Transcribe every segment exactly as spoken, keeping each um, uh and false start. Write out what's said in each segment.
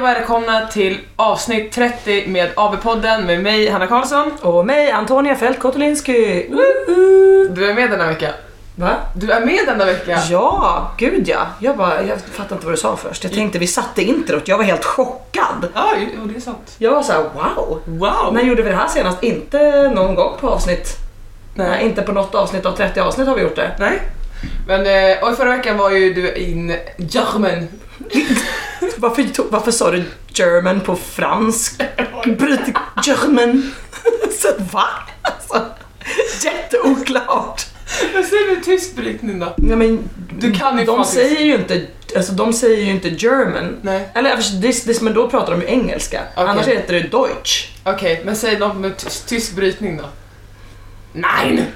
välkomna till avsnitt trettio med A V-podden med mig, Hanna Karlsson. Och mig, Antonia Fält-Kotolinski. Du är med denna vecka. Va? Du är med denna vecka? Ja, gud ja. Jag, bara, jag fattar inte vad du sa först. Jag tänkte vi satte introt, jag var helt chockad. Ja, det är sant. Jag var så här: wow. Wow. När gjorde vi det här senast? Inte någon gång på avsnitt. Nej. Nej, inte på något avsnitt av trettio avsnitt har vi gjort det. Nej. Men och förra veckan var ju du in German. Varför, varför sa du German på fransk? Bryt German. Så va? Alltså, jätteoklart. Men säger du tysk brytning då? Ja, men Du kan ju de faktiskt. säger ju inte, alltså de säger ju inte German. Nej. Eller det, det, men då pratar de ju engelska. Okay. Annars heter det Deutsch. Okej, okay, men säg något med ty- tysk brytning då. Nej.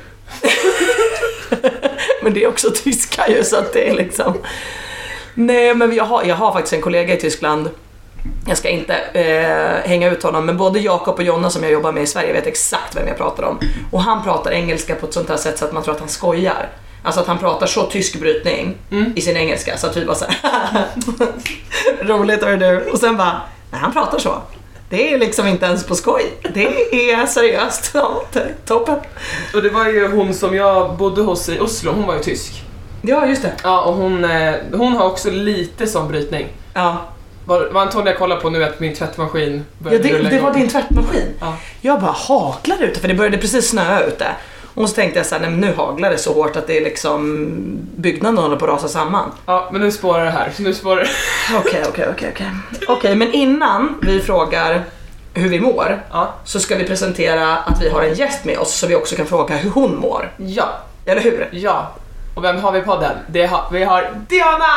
Men det är också tyska ju, så att det är liksom. Nej, men jag har, jag har faktiskt en kollega i Tyskland. Jag ska inte eh, hänga ut honom, men både Jakob och Jonna som jag jobbar med i Sverige vet exakt vem jag pratar om. Och han pratar engelska på ett sånt här sätt så att man tror att han skojar. Alltså att han pratar så tysk brytning mm. i sin engelska så att vi bara så här roligt är du. Och sen bara, nej, han pratar så. Det är liksom inte ens på skoj. Det är seriöst. Ja, toppen. Och det var ju hon som jag bodde hos i Oslo, hon var ju tysk. Ja, just det. Ja, och hon, hon har också lite sån brytning. Ja. Vad Antonia kollar på nu är att min tvättmaskin Ja, det, det var din tvättmaskin. Ja. Jag bara haglar ute, för det började precis snöa ute. Och så tänkte jag så här, nej, men nu haglar det så hårt att det är liksom byggnaden håller på att rasa samman. Ja, men nu spårar det här. Så nu spårar det. Okej, okej, okej, okej. Okej, men innan vi frågar hur vi mår, ja. så ska vi presentera att vi har en gäst med oss så vi också kan fråga hur hon mår. Ja. Eller hur? Ja. Och vem har vi på den? Det har, vi har Diana!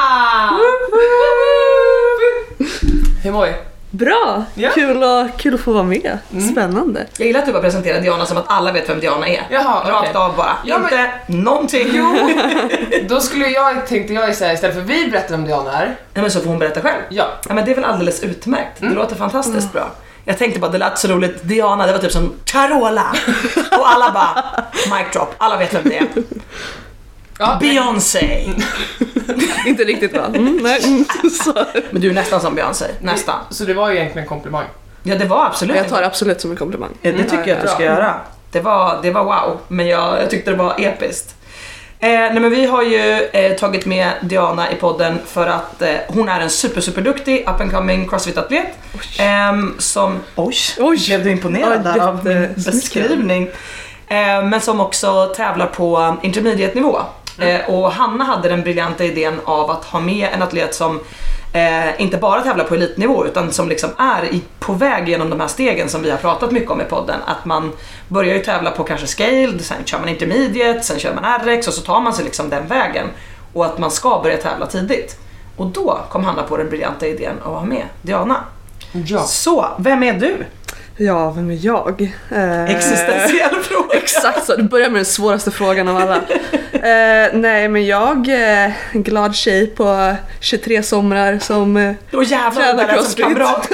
Hur mår vi? Bra! Ja. Kul, och, kul att få vara med. Mm. Spännande. Jag gillar att du bara presenterar Diana som att alla vet vem Diana är. Jaha, rakt okay. av bara. Ja, inte men... någonting. Jo. Då skulle jag, tänkte jag säga istället för vi berättar om Diana är. Ja, men så får hon berätta själv. Ja. Ja, men det är väl alldeles utmärkt. Det mm. låter fantastiskt mm. bra. Jag tänkte bara, det lät så roligt. Diana, det var typ som Carola. Och alla bara, mic drop. Alla vet vem det är. Ja, Beyoncé. Inte riktigt va? Mm, nej. Men du är nästan som Beyoncé. Nästan. Så det var ju egentligen en komplimang. Ja, det var absolut. Jag tar det absolut som en komplimang. Ja, det tycker mm. jag att du ska göra. Det var, det var wow. Men jag, jag tyckte det var episkt. Eh, nej, men vi har ju eh, tagit med Diana i podden för att eh, hon är en super super duktig up and coming crossfit-atlet eh, som oj, oj, blev du imponerad där av min beskrivning eh, men som också tävlar på intermediate nivå. Mm. Eh, och Hanna hade den briljanta idén av att ha med en atlet som eh, inte bara tävlar på elitnivå utan som liksom är i, på väg genom de här stegen som vi har pratat mycket om i podden. Att man börjar ju tävla på kanske scaled, sen kör man intermediate, sen kör man R X och så tar man sig liksom den vägen. Och att man ska börja tävla tidigt. Och då kom Hanna på den briljanta idén att ha med Diana. Ja. Så, vem är du? Ja, vem är jag? Eh, Existentiell fråga. Exakt så, det börjar med den svåraste frågan av alla. eh, nej, men jag är eh, en glad tjej på tjugotre somrar som eh, Då jävlar där är som kamrat.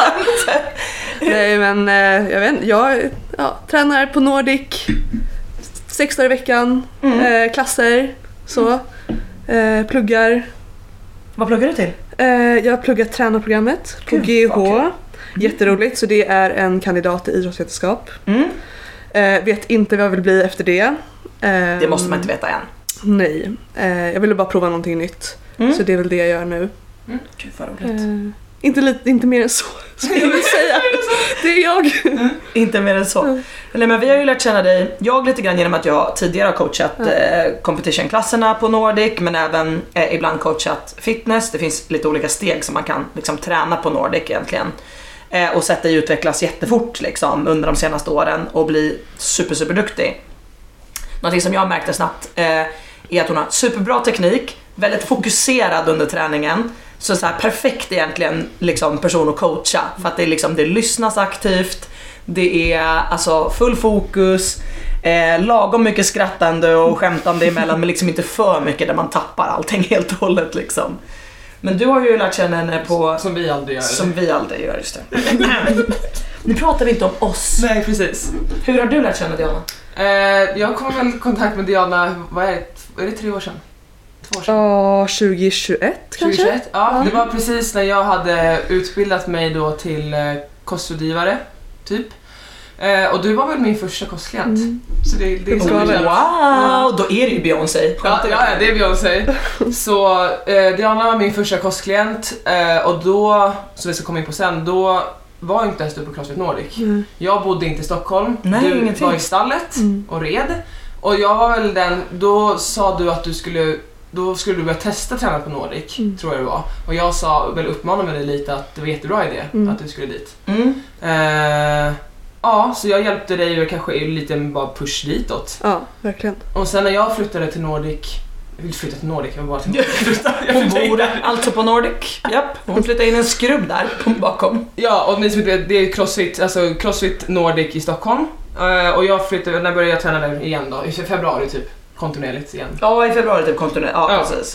Nej, men eh, jag vet inte, jag ja, tränar på Nordic sex dagar i veckan, mm. eh, klasser, så, eh, pluggar. Vad pluggar du till? Eh, jag pluggar tränarprogrammet på Gud, G H. Okay. Jätteroligt, så det är en kandidat i idrottsvetenskap. Mm. Eh, vet inte vad jag vill bli efter det. Eh, det måste man inte veta än. Nej, eh, jag ville bara prova någonting nytt. Mm. Så det är väl det jag gör nu. Mm. Gud vad roligt. Eh, inte, lite, inte mer än så, ska jag vill säga. Det är jag. Mm. Inte mer än så. Mm. Nej, men vi har ju lärt känna dig, jag lite grann genom att jag tidigare har coachat mm. eh, competition-klasserna på Nordic, men även eh, ibland coachat fitness. Det finns lite olika steg som man kan liksom träna på Nordic egentligen. Eh, och sett dig utvecklas jättefort liksom, under de senaste åren och bli super super duktig. Någonting som jag märkte snabbt eh, är att hon har superbra teknik, väldigt fokuserad under träningen. Så, så här perfekt egentligen liksom, person att coacha. För att det, är, liksom, det lyssnas aktivt, det är alltså, full fokus, eh, lagom mycket skrattande och skämtande emellan, men liksom inte för mycket där man tappar allting helt och hållet. Liksom. Men du har ju lärt känna henne på... Som vi aldrig gör. Som vi aldrig gör, just det. Nu pratar vi inte om oss. Nej, precis. Hur har du lärt känna Diana? Eh, jag kom väl i kontakt med Diana, vad är det, är det tre år sedan? två år sedan? Ja, tjugohundratjugoett kanske? tjugohundratjugoett, ja. Det var precis när jag hade utbildat mig då till eh, kostrådgivare, typ. Eh, och du var väl min första kostklient. Mm. Så det, det är så wow, ja. Då är det ju Beyoncé. Ja, ja, det är Beyoncé. Så eh, Diana var min första kostklient eh, och då, så vi ska komma in på sen, då var inte ens du på CrossFit Nordic. Mm. Jag bodde inte i Stockholm. Nej, du ingenting. var i stallet mm. och red. Och jag var väl den, då sa du att du skulle, då skulle du börja testa träna på Nordic, mm. tror jag det var. Och jag sa, väl uppmanade dig lite att det var jättebra idé mm. att du skulle dit. Mm. Eh, ja, så jag hjälpte dig och kanske lite bara push ditåt. Ja, verkligen. Och sen när jag flyttade till Nordic, jag vill flytta till Nordic, jag bara till flytta. Hon bor alltså på Nordic. Japp, hon flyttade in en skrubb där bakom. Ja, och ni som vet, det är CrossFit, alltså CrossFit Nordic i Stockholm. Uh, och jag flyttade, när började jag träna där igen då? I februari typ, kontinuerligt igen. Ja, i februari typ kontinuerligt, ja, ja. precis.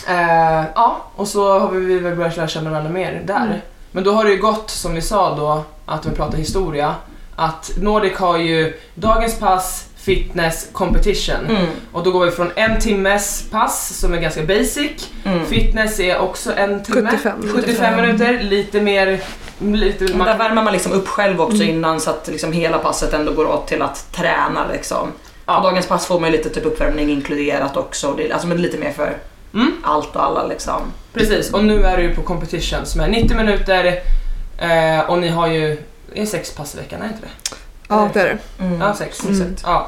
Uh, ja, och så har vi väl börjat lära känna varandra mer där. Mm. Men då har det ju gått, som vi sa då, att vi pratar historia, att Nordic har ju dagens pass, fitness, competition. Mm. Och då går vi från en timmes pass som är ganska basic. Mm. Fitness är också en timme. sjuttiofem, sjuttiofem minuter, lite mer... Lite, man... Där värmer man liksom upp själv också mm. innan så att liksom hela passet ändå går åt till att träna liksom. Ja. På dagens pass får man ju lite typ uppvärmning inkluderat också. Det är, alltså men lite mer för mm. allt och alla liksom. Precis, och nu är det ju på competition som är nittio minuter eh, och ni har ju är sex pass i veckan, är inte det? Ja, det är det. Mm. Ja, sex. Mm. Ja.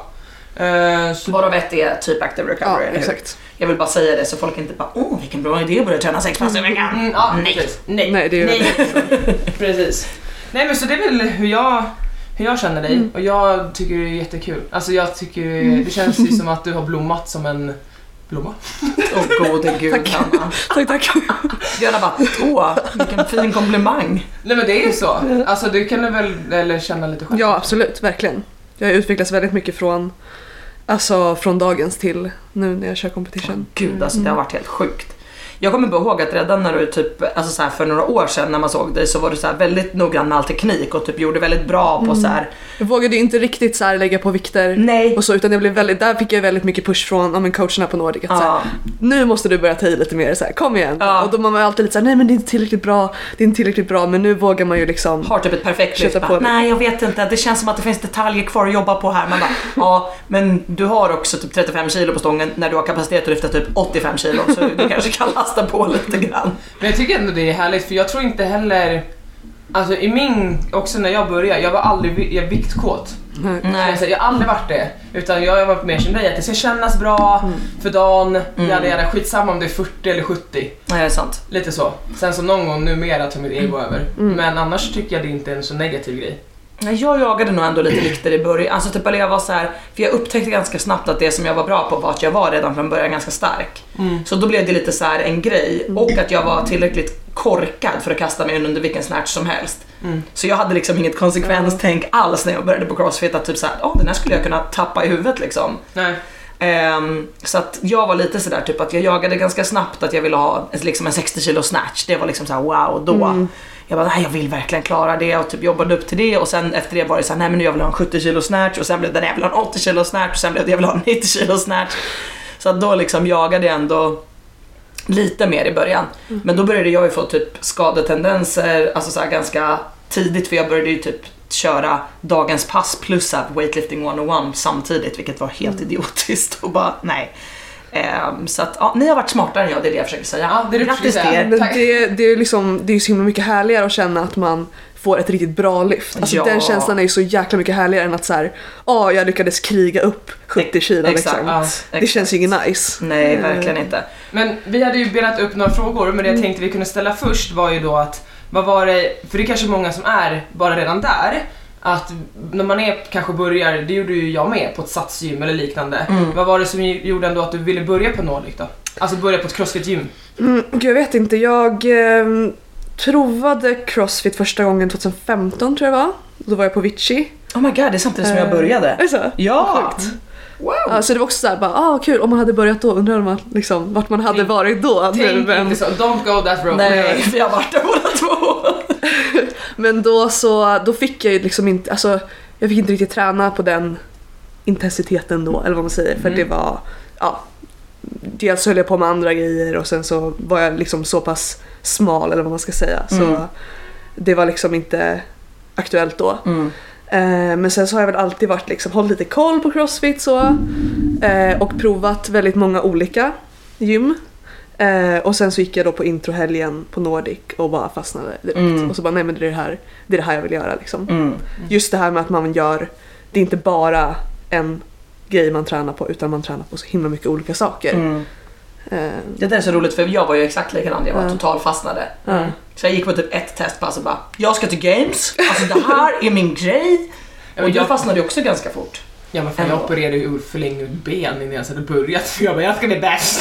Uh, så... Varav ett är typ active recovery. Ja, exakt. Jag vill bara säga det så folk inte bara, åh vilken bra idé att börja träna sex pass i veckan. Mm, ja, nej. Nej. Nej, det är nej. Precis. Nej, men så det är väl hur jag, hur jag känner dig. Mm. Och jag tycker det är jättekul. Alltså jag tycker, mm. det känns ju som att du har blommat som en blomma. Åh oh, gode gud, tack. Hanna. Tack, tack. Gärna bara, åh, vilken fin komplimang. Nej, men det är ju så. Alltså du kan väl eller känna lite själv. Ja, absolut, verkligen. Jag har utvecklats väldigt mycket från, alltså, från dagens till nu när jag kör competition. Oh, gud, alltså det har varit helt sjukt. Jag kommer bara ihåg att redan när du typ, alltså så här för några år sedan när man såg dig så var du så här väldigt noggrann med all teknik och typ gjorde väldigt bra på så här. Jag vågade inte riktigt så här lägga på vikter. Nej. Och så, utan jag blev väldigt, där fick jag väldigt mycket push från ja, men coacherna på Nordic att ja. så här, nu måste du börja ta i lite mer så här, kom igen. Ja. Och då man var alltid lite så här, nej men det är inte tillräckligt bra, det är inte tillräckligt bra, men nu vågar man ju liksom har typ ett perfekt lyft. Nej, jag vet inte, det känns som att det finns detaljer kvar att jobba på här. Man bara, ja, men du har också typ trettiofem kilo på stången när du har kapacitet att lyfta typ åttiofem kilo, så du kanske kan lasta på lite grann. Men jag tycker ändå det är härligt, för jag tror inte heller, alltså i min, också när jag började, jag var aldrig jag viktkåt. Mm. Nej. Jag har aldrig varit det, utan jag har varit mer som dig, att det ska kännas bra mm. för dagen, mm. jag hade gärna skitsamma om det är fyrtio eller sjuttio. Nej, det är sant. Lite så. Sen så någon gång numera tar mitt ego över. Mm. Men annars tycker jag det inte är en så negativ grej. Jag jagade nog ändå lite vikter i början. Alltså typ jag var så här, för jag upptäckte ganska snabbt att det som jag var bra på var att jag var redan från början ganska stark. Mm. Så då blev det lite så här en grej. Mm. Och att jag var tillräckligt korkad för att kasta mig under vilken snatch som helst. Mm. Så jag hade liksom inget konsekvenstänk alls när jag började på CrossFit. Att typ så här, åh, den här skulle jag kunna tappa i huvudet liksom. Nej. Um, så att jag var lite sådär typ att jag jagade ganska snabbt att jag ville ha liksom en sextio kilo snatch. Det var liksom så här, wow, då mm. jag bara, nej, jag vill verkligen klara det och typ jobbade upp till det och sen efter det var det så här, nej men jag vill ha en sjuttio kilo snatch och sen blev det, nej jag vill ha en åttio kilo snatch och sen blev det, jag vill ha en nittio kilo snatch. Så att då liksom jagade jag ändå lite mer i början. Mm. Men då började jag ju få typ skadetendenser, alltså så här ganska tidigt, för jag började ju typ köra dagens pass plus weightlifting etthundraett samtidigt, vilket var helt mm. idiotiskt och bara nej. Um, så att ja, ni har varit smartare än jag, det är det jag försöker säga. Ja, det är grattis till er. Men det, det är liksom, det är så himla mycket härligare att känna att man får ett riktigt bra lyft. Alltså ja. Den känslan är ju så jäkla mycket härligare än att så här, ja, jag lyckades kriga upp sjuttio kilo exakt, liksom. Ja, det exakt. känns ju inget nice. Nej, verkligen inte. Men vi hade ju belat upp några frågor, men det jag tänkte vi kunde ställa först var ju då att vad var det, för det är kanske många som är bara redan där, att när man är kanske börjar, det gjorde ju jag med på ett satsgym eller liknande. Mm. Vad var det som gjorde ändå att du ville börja på Nordic då? Alltså börja på ett CrossFit-gym? Mm, jag vet inte, jag eh, provade CrossFit första gången tjugohundrafemton tror jag var. Då var jag på Vichy. Oh my god, det är samtidigt som jag började. Är det så? Ja! Wow. Ja, så det var också såhär, bara, ah, kul, om man hade börjat då, undrar man liksom, vart man hade varit då. Tänk men... inte så, don't go that road. Nej, vi har varit där båda två. Men då så, då fick jag ju liksom inte, alltså jag fick inte riktigt träna på den intensiteten då, eller vad man säger, för mm. det var, ja, dels höll jag på med andra grejer och sen så var jag liksom så pass smal eller vad man ska säga. Så Mm. det var liksom inte aktuellt då. Mm. Eh, men sen så har jag väl alltid varit liksom, hållit lite koll på CrossFit så. Eh, och provat väldigt många olika gym. Eh, och sen så gick jag då på introhelgen på Nordic och bara fastnade direkt. Mm. Och så bara, nej men det är det här, det är det här jag vill göra liksom. Mm. Just det här med att man gör, det är inte bara en grej man tränar på utan man tränar på så himla mycket olika saker. Mm. Eh, Det där är så roligt för jag var ju exakt likadan, jag var Ja. total fastnade. ja. Så jag gick på typ ett testpass och bara, jag ska till games, alltså det här är min grej. Ja, Och men jag jag, fastnade ju också ganska fort. ja, men fan, jag Ändå. opererade ju förlängd ben innan jag ens hade börjat. För jag bara, jag ska bli bäst.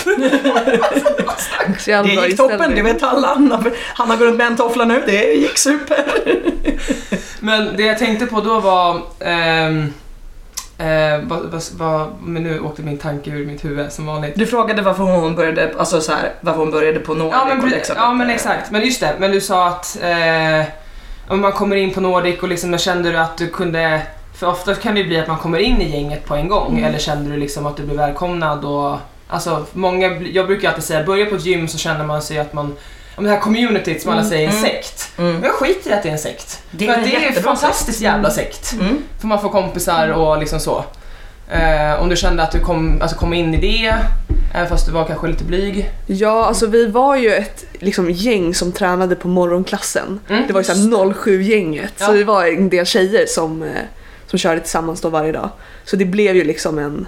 Så jag Det var gick toppen, istället- det vet alla. Hanna, Hanna går runt med en toffla nu, det gick super. Men det jag tänkte på då var... ehm, eh, vad, vad, vad, men nu åkte min tanke ur mitt huvud som vanligt. Du frågade varför hon började, alltså så här, varför hon började på Nordic. Ja men, och pre- liksom, ja men exakt, men just det, men du sa att eh, om man kommer in på Nordic och liksom, då kände du att du kunde, för ofta kan det ju bli att man kommer in i gänget på en gång, Mm. eller kände du liksom att du blev välkomnad och, alltså många, jag brukar alltid säga, börja på ett gym så känner man sig att man, om det här communityt som alla Mm, säger är en mm. sekt. Mm. Men jag skiter i att det är en sekt. Det för är att en det är en jättebra fantastisk sekt. jävla sekt. Mm. För man får kompisar och liksom så. Eh, om du kände att du kom, alltså kom in i det, även fast du var kanske lite blyg. Ja, alltså vi var ju ett liksom, gäng som tränade på morgonklassen. Mm. Det var ju såhär noll sju-gänget. Ja. Så vi var en del tjejer som, eh, som körde tillsammans då varje dag. Så det blev ju liksom en,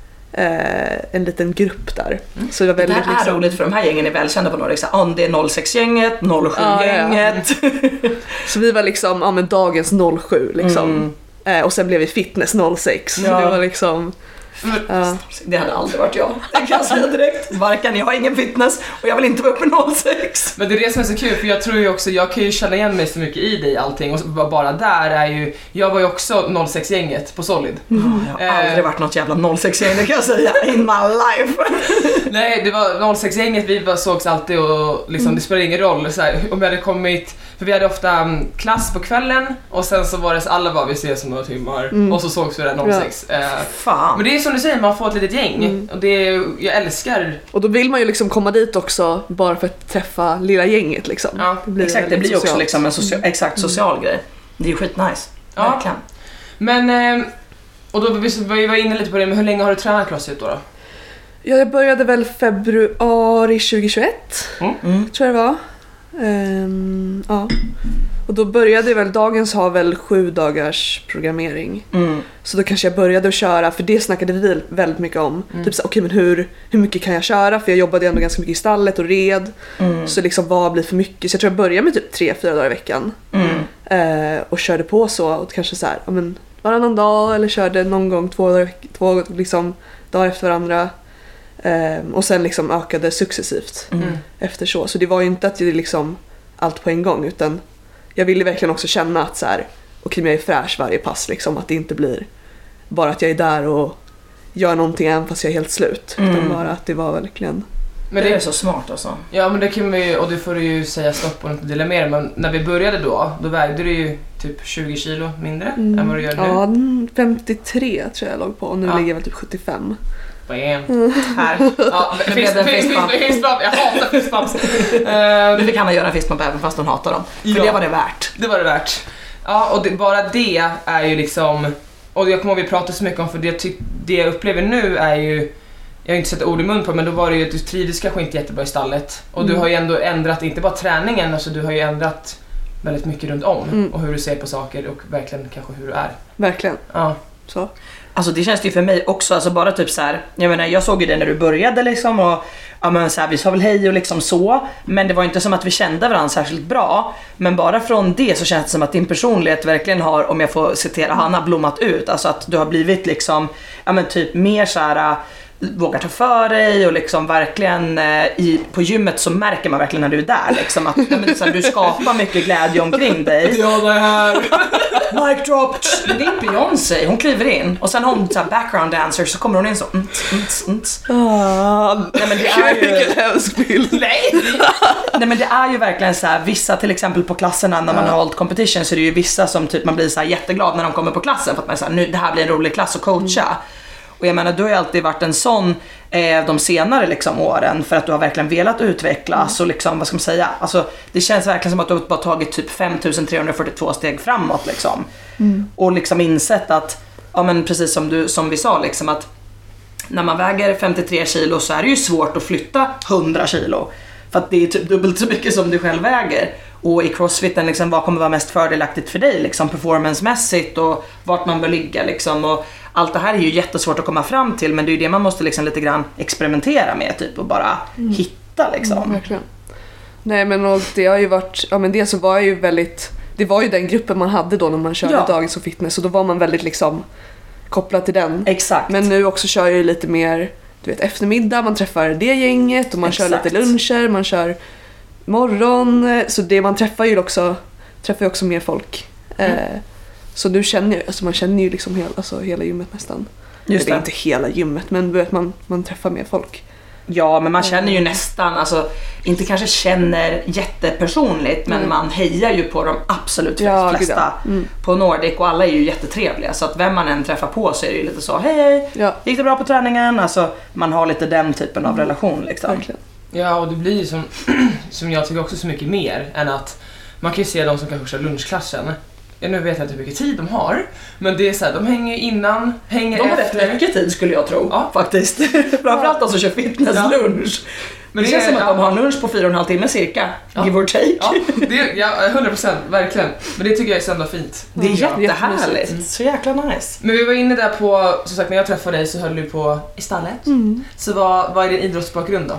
eh, en liten grupp där. Så det var Det väldigt här är liksom... roligt för de här gängen är välkända på Nordic. Så, om det är noll sex-gänget, noll sju-gänget. Så vi var liksom, ja men dagens noll sju liksom. Mm. Eh, och sen blev vi fitness noll sex. Så Ja. det var liksom... Ja. Det hade aldrig varit jag. Det kan jag säga direkt. Varken jag har ingen fitness och jag vill inte vara uppe noll sex. Men det är det som är så kul, för jag tror ju också, jag kan ju känna igen mig så mycket i dig allting, och så bara där är ju, jag var ju också noll sex-gänget på Solid. Mm. Jag har aldrig varit något jävla noll sex-gäng, det kan jag säga, in my life. Nej, det var noll sex-gänget, vi bara sågs alltid och liksom, det spelar ingen roll så här, om jag hade kommit, för vi hade ofta um, klass på kvällen och sen så var det så alla var vi ses om några timmar Mm. och så sågs vi där noll sex. Eh, Fan. men det är som du säger, man får ett litet gäng Mm. och det är, jag älskar. Och då vill man ju liksom komma dit också bara för att träffa lilla gänget liksom. Ja, blir Exakt, det väldigt blir ju också socialt. liksom en socia- exakt social grej. Det är ju skitnice. Ja. Verkligen. Men, eh, och då var vi var inne lite på det, men hur länge har du tränat CrossFit då? då? Ja, jag började väl februari tjugohundratjugoett, Mm. tror jag det var. Ehm, ja. Och då började väl, dagens har väl sju dagars programmering. Mm. Så då kanske jag började att köra, för det snackade vi väldigt mycket om. Mm. Typ så, okej men hur, hur mycket kan jag köra? För jag jobbade ändå ganska mycket i stallet och red. Mm. Så liksom vad blir för mycket? Så jag tror jag började med typ tre, fyra dagar i veckan. Mm. Eh, och körde på så, och kanske så här, ja, men varannan dag, eller körde någon gång två, dagar, två liksom, dagar efter varandra. Eh, och sen liksom ökade successivt Mm. efter så. Så det var ju inte att det liksom allt på en gång, utan jag ville verkligen också känna att så här, okej, men jag är fräsch varje pass liksom, att det inte blir bara att jag är där och gör någonting även fast jag är helt slut, Mm. utan bara att det var verkligen. Men det det är så smart alltså. Ja, men det kan vi, och det får du ju säga stopp och inte dela med dig, men när vi började då, då vägde du ju typ tjugo kilo mindre än vad du gör nu. Ja, femtiotre tror jag låg på, och nu Ja. ligger jag väl typ sjuttiofem. Bam. Här. Ja, Nu blev det en fistbump. fistbump. Jag hatar fistbumps. Nu Ehm, fick Hanna göra en fistbump även fast hon hatar dem. För Ja. det var det värt. Det var det värt. Ja, och det, bara det är ju liksom, och jag kommer ihåg vi pratade så mycket om, för det, ty- det jag upplever nu är ju, jag har inte sett ord i mun på, men då var det ju att du trivdes kanske inte jättebra i stallet. Och du Mm. har ju ändå ändrat, inte bara träningen, alltså du har ju ändrat väldigt mycket runt om. Mm. Och hur du ser på saker och verkligen kanske hur du är. Verkligen. Ja. Så. Alltså det känns ju för mig också, alltså bara typ så här, jag menar jag såg ju det när du började liksom och ja men så här, vi sa väl hej och liksom så, men det var inte som att vi kände varandra särskilt bra, men bara från det så känns det som att din personlighet verkligen har, om jag får citera Hanna, blommat ut, alltså att du har blivit liksom, ja men typ mer så här, vågar ta för dig och liksom verkligen eh, i, på gymmet så märker man verkligen när du är där liksom att ja, men, så här, du skapar mycket glädje omkring dig. Ja, det här. Mic drop. Det är Beyoncé, hon kliver in och sen har hon så här background dancer, så kommer hon in så mm, mm, mm. Ah, Nej men det är ju vilken hemsk bild. Nej! Nej men det är ju verkligen så här, vissa till exempel på klasserna när man har hållit competition, så är det ju vissa som typ man blir så här jätteglad när de kommer på klassen för att man är så här, nu det här blir en rolig klass att coacha. Och jag menar, du har ju alltid varit en sån eh, de senare liksom, åren för att du har verkligen velat utvecklas mm. och liksom, vad ska man säga, alltså, det känns verkligen som att du har bara tagit typ fem tusen trehundrafyrtiotvå steg framåt liksom. Mm. Och liksom insett att, ja men precis som, du, som vi sa liksom, att när man väger femtiotre kilo så är det ju svårt att flytta hundra kilo. För att det är typ dubbelt så mycket som du själv väger. Och i crossfiten, liksom, vad kommer vara mest fördelaktigt för dig liksom, performancemässigt och vart man bör ligga liksom. Och allt det här är ju jättesvårt att komma fram till, men det är ju det man måste liksom lite grann experimentera med typ, och bara mm. hitta liksom. Mm, verkligen. Nej men och det har ju varit, ja men det så var ju väldigt, det var ju den gruppen man hade då när man körde ja. Dagens och fitness, och då var man väldigt liksom kopplad till den. Exakt. Men nu också kör jag ju lite mer, du vet, eftermiddag, man träffar det gänget och man Exakt. Kör lite luncher, man kör morgon, så det man träffar ju också träffar ju också mer folk. Mm. Eh, så du känner ju, alltså man känner ju liksom hela, alltså hela gymmet nästan. Just det. Det är inte hela gymmet, men du vet, man, man träffar mer folk. Ja, men man känner ju nästan, alltså inte kanske känner jättepersonligt, men mm. man hejar ju på de absolut ja, flesta mm. på Nordic, och alla är ju jättetrevliga, så att vem man än träffar på så är det ju lite så, hej, ja. Gick det bra på träningen? Alltså man har lite den typen av relation liksom. Verkligen. Ja, och det blir ju som, som jag tycker också så mycket mer än att man kan ju se de som kanske kör lunchklassen. Jag nu vet jag inte hur mycket tid de har, men det är så här, de hänger innan, hänger de efter. De har rätt mycket tid skulle jag tro, ja. Faktiskt. Framförallt de som kör fitnesslunch. Ja. Men det, det känns är, som att ja. De har lunch på fyra och en halv timme cirka, ja. Give or take. Ja, det, ja, hundra procent, verkligen. Men det tycker jag är så ändå fint. Det är ja. Jättehärligt, mm. så jäkla nice. Men vi var inne där på, som sagt när jag träffade dig så höll du på i stallet. Mm. Så vad, vad är din idrottsbakgrund då?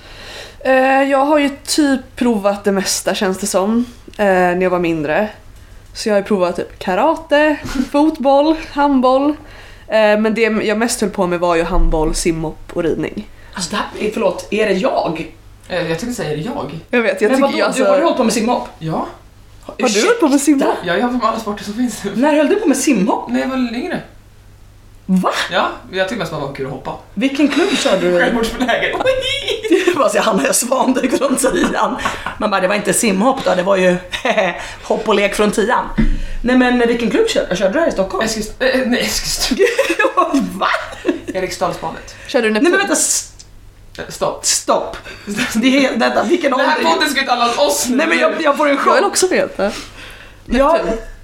Jag har ju typ provat det mesta, känns det som, när jag var mindre. Så jag har provat typ karate, fotboll, handboll. Men det jag mest höll på med var ju handboll, simhopp och ridning. Alltså det här, förlåt, är det jag? Jag tänkte säga, är det jag? Jag vet, jag men tycker vadå, jag... Alltså... Du har du hållit på med simhopp? Ja. Har Ursäkta? Du hållit på med simhopp? Ja, jag har hållit på med alla sporter som finns. När höll du på med simhopp? När jag var yngre. Va? Ja, jag tyckte mest att det var kul att hoppa. Vilken klubb körde du i? Självmordsbenägen. Det var så Hanna Svandök från tian. Man bara, det var inte simhopp då, det var ju hopp och lek från tian. Nej men vilken klubb körde, körde du här i Stockholm? Eskilst... Äh, nej, Eskilst... Va? Eriksdalsbadet. Körde du Neptun? Nej men vänta, stopp. Stopp. Det är detta, vilken ålder? Det här podden ska inte alla oss nu. Nej men jag, jag får en chock. Jag vill också veta. Ja.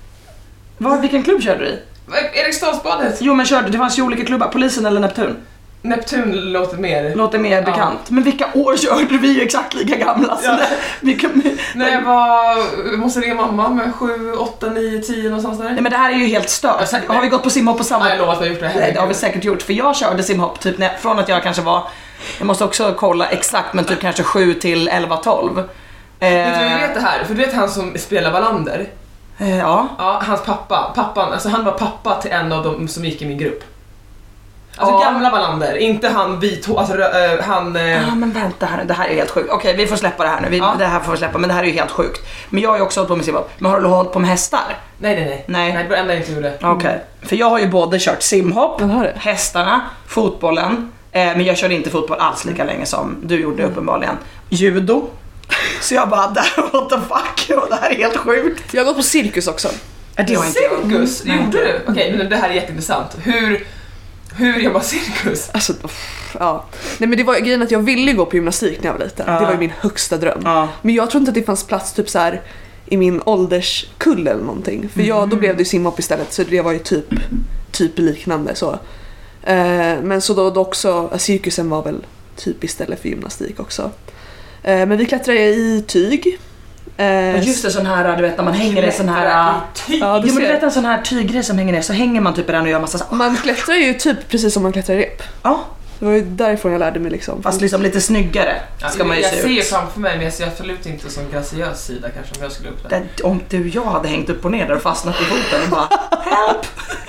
Vad, vilken klubb körde du i? Eriksdalsbadet. Jo men körde, det fanns ju olika klubbar, Polisen eller Neptun. Neptun låter mer Låter mer ja. Bekant. Men vilka år körde vi ju exakt lika gamla? Ja. Vilka... När jag var, jag måste ringa mamma med sju, åtta, nio, tio någonstans där. Nej men det här är ju helt stört. Ja, har vi gått på simhopp på samma... Ja, jag lovar att vi har gjort det här. Nej, det har vi säkert gjort. För jag körde simhopp typ när, från att jag kanske var, jag måste också kolla exakt, men typ kanske sju till elva tolv. Eh... Vet du, vi vet det här, för du vet han som spelar Wallander? Eh, ja. Ja, hans pappa, pappan, alltså han var pappa till en av dem som gick i min grupp. Alltså ja. Gamla Wallander, inte han vit, alltså uh, han... Uh... Ja men vänta här, det här är helt sjukt. Okej, vi får släppa det här nu, vi, ja. Det här får vi släppa, men det här är ju helt sjukt. Men jag har ju också hållit på med simhopp. Men har du hållit på med hästar? Nej, nej, nej. Nej, nej det var enda jag inte gjorde. Okej, okay. För jag har ju både kört simhopp, hästarna, fotbollen. Eh, men jag körde inte fotboll alls lika länge som du gjorde mm. uppenbarligen. Judo. Så jag bara, what the fuck, det här är helt sjukt. Jag har gått på cirkus också. Är det cirkus? Mm. Gjorde du? Okej, okay, men det här är jätteintressant. Hur... Hur jobbar cirkus? Alltså, ja. Nej men det var grejen att jag ville gå på gymnastik när jag var liten. Ja. Det var ju min högsta dröm. Ja. Men jag tror inte att det fanns plats typ så här i min ålderskull eller någonting. För jag, då blev det ju simhopp istället, så det var ju typ, typ liknande så. Eh, men så då, då också, cirkusen var väl typ istället för gymnastik också. Eh, men vi klättrade i tyg. Eh, just det, sån här, du vet när man hänger i sån här tyg. Ja, du, jo, men du vet en sån här tygrej som hänger ner, så hänger man typ i den och gör massa så. Man klättrar ju typ precis som man klättrar i rep. Ja. Det var ju därifrån jag lärde mig liksom. Fast liksom lite snyggare ska ja, man ju jag se ser ut. framför mig, men jag ser absolut inte som graciös sida kanske om jag skulle upp där. Det, om du jag hade hängt upp och ner där och fastnat i foten och bara help.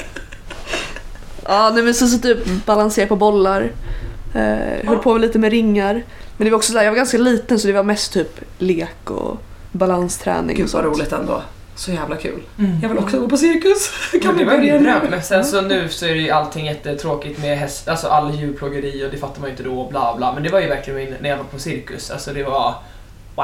Ja, nej men så, så typ balansera på bollar. Eh, höll ja. på lite med ringar. Men det var också så här, jag var ganska liten så det var mest typ lek och balansträning. Gud vad roligt ändå. Så jävla kul. Mm. Jag vill också gå på cirkus. Kan det var min dröm. Men sen så nu så är det ju allting jättetråkigt med häst, alltså all djurplågeri och det fattar man ju inte då och bla bla. Men det var ju verkligen när jag var på cirkus. Alltså det var wow.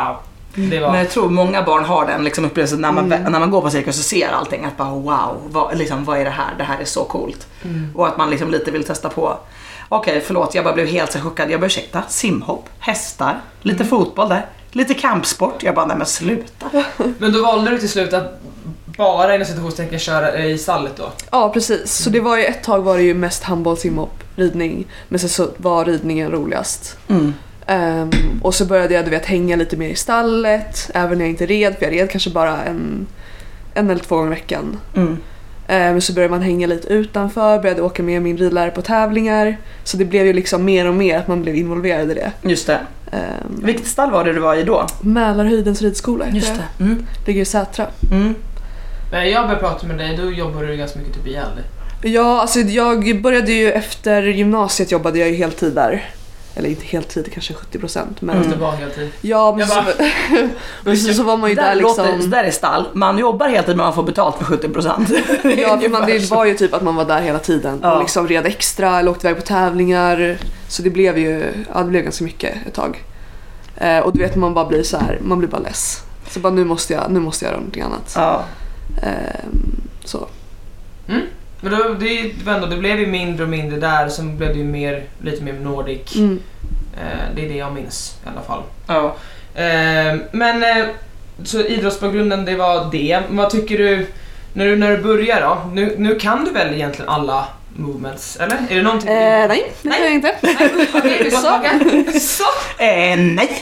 Det var... Men jag tror många barn har den liksom upplevelsen när man, mm. när man går på cirkus och ser allting. Att bara wow, vad, liksom, vad är det här? Det här är så coolt. Mm. Och att man liksom lite vill testa på. Okej, okay, förlåt, jag bara blev helt så chockad. Jag bara ursäkta, simhopp, hästar, lite mm. fotboll där. Lite kampsport. Jag bara, nej men sluta. Men då valde du till slut att bara inom situationstecken köra i stallet då? Ja, precis. Så det var ju ett tag var det ju mest handboll, simhopp, ridning. Men sen så var ridningen roligast. Mm. Um, och så började jag du vet, hänga lite mer i stallet. Även när jag inte red. För jag red kanske bara en, en eller två gånger i veckan. Mm. Um, så började man hänga lite utanför. Började åka med min ridlärare på tävlingar. Så det blev ju liksom mer och mer att man blev involverad i det. Just det. Um, Vilket stall var det du var i då? Mälarhöjdens ridskola. Just det. Mm. Ligger i Sätra. Mm. Men jag började prata med dig, då jobbar du ganska mycket typ i Gävle. Ja, alltså jag började ju efter gymnasiet jobbade jag ju heltid där. Eller inte heltid, kanske sjuttio procent. Men mm. det var heltid. Ja, men så, men så, så var man ju där, där liksom... Låter, där är stall. Man jobbar heltid men man får betalt för sjuttio procent. Ja, för man, det var ju typ att man var där hela tiden. Ja. Och liksom red extra, eller åkte iväg på tävlingar. Så det blev ju, ja det blev ganska mycket ett tag. Eh, och du vet, man bara blir så här, man blir bara less. Så bara nu måste jag, nu måste jag göra någonting annat. Ja. Eh, så. Mm. Men då, det, ändå, det blev ju mindre och mindre där, sen blev det ju mer, lite mer Nordic. Mm. Eh, det är det jag minns i alla fall. Ja. Eh, men eh, så idrottsbakgrunden, det var det. Vad tycker du när du, när du börjar då? Nu, nu kan du väl egentligen alla movements, eller? Är det någonting? Eh, nej, det kan jag inte. Nej, okej, vi så. så. Eh, nej.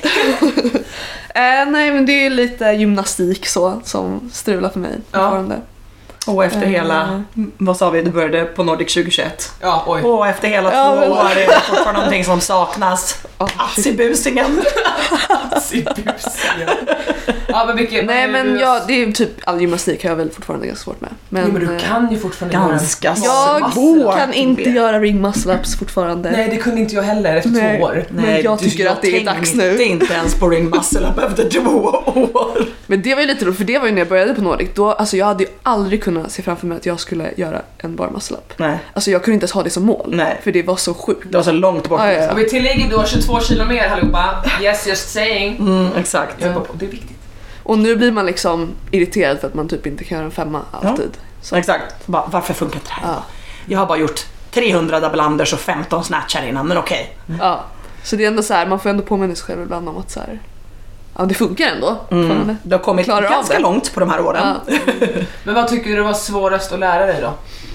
eh, nej, men det är lite gymnastik så som strular för mig fortfarande. Ja. Och efter uh, hela, vad sa vi, du började på Nordic tjugohundratjugoett. Ja, oj. Och efter hela ja, två men... år är det fortfarande någonting som saknas. Oh, Assibusingen. Assibusingen. Ja, men mycket, nej, men ja, det är typ all gymnastik har jag väl fortfarande ganska svårt med. Men, jo, men du kan ju fortfarande ganska jag svårt. Kan inte göra ring muscle ups fortfarande. Nej, det kunde inte jag heller efter nej. två år. Men nej, jag tycker jag att det är dags nu. Jag tänkte inte ens på ring muscle up efter två år. Men det var ju lite roligt, för det var ju när jag började på Nordic. Då, alltså jag hade ju aldrig kunnat se framför mig att jag skulle göra en bar muscle up. Nej. Alltså jag kunde inte ens ha det som mål. Nej. För det var så sjukt. Det var så långt bort. Ah, ja, ja. Och vi tillägger då tjugotvå kilo mer allihopa. Yes, just saying. Mm, exakt. Ja. Det är viktigt. Och nu blir man liksom irriterad för att man typ inte kan göra en femma alltid. Ja. Så. Exakt. Bara, varför funkar inte det här? Ja. Jag har bara gjort trehundra double unders och femton snatchar innan, men okej. Okay. Mm. Ja. Så det är ändå så här, man får ändå påminna sig själv ibland om att så här, ja, det funkar ändå. Mm. Du har kommit Klarar ganska långt på de här åren. Ja. Men vad tycker du var svårast att lära dig då?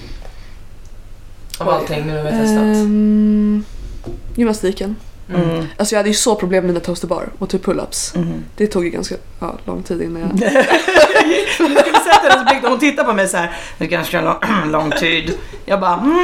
Av allting när du har testat. Um, gymnastiken. Mm. Alltså jag hade ju så problem med mina toaster bar och typ pull-ups. Mm. Det tog ju ganska ja, lång tid innan jag... Jag skulle sätta den så blick, hon tittar på mig så här. Det är ganska lång, lång tid. Jag bara... Mm.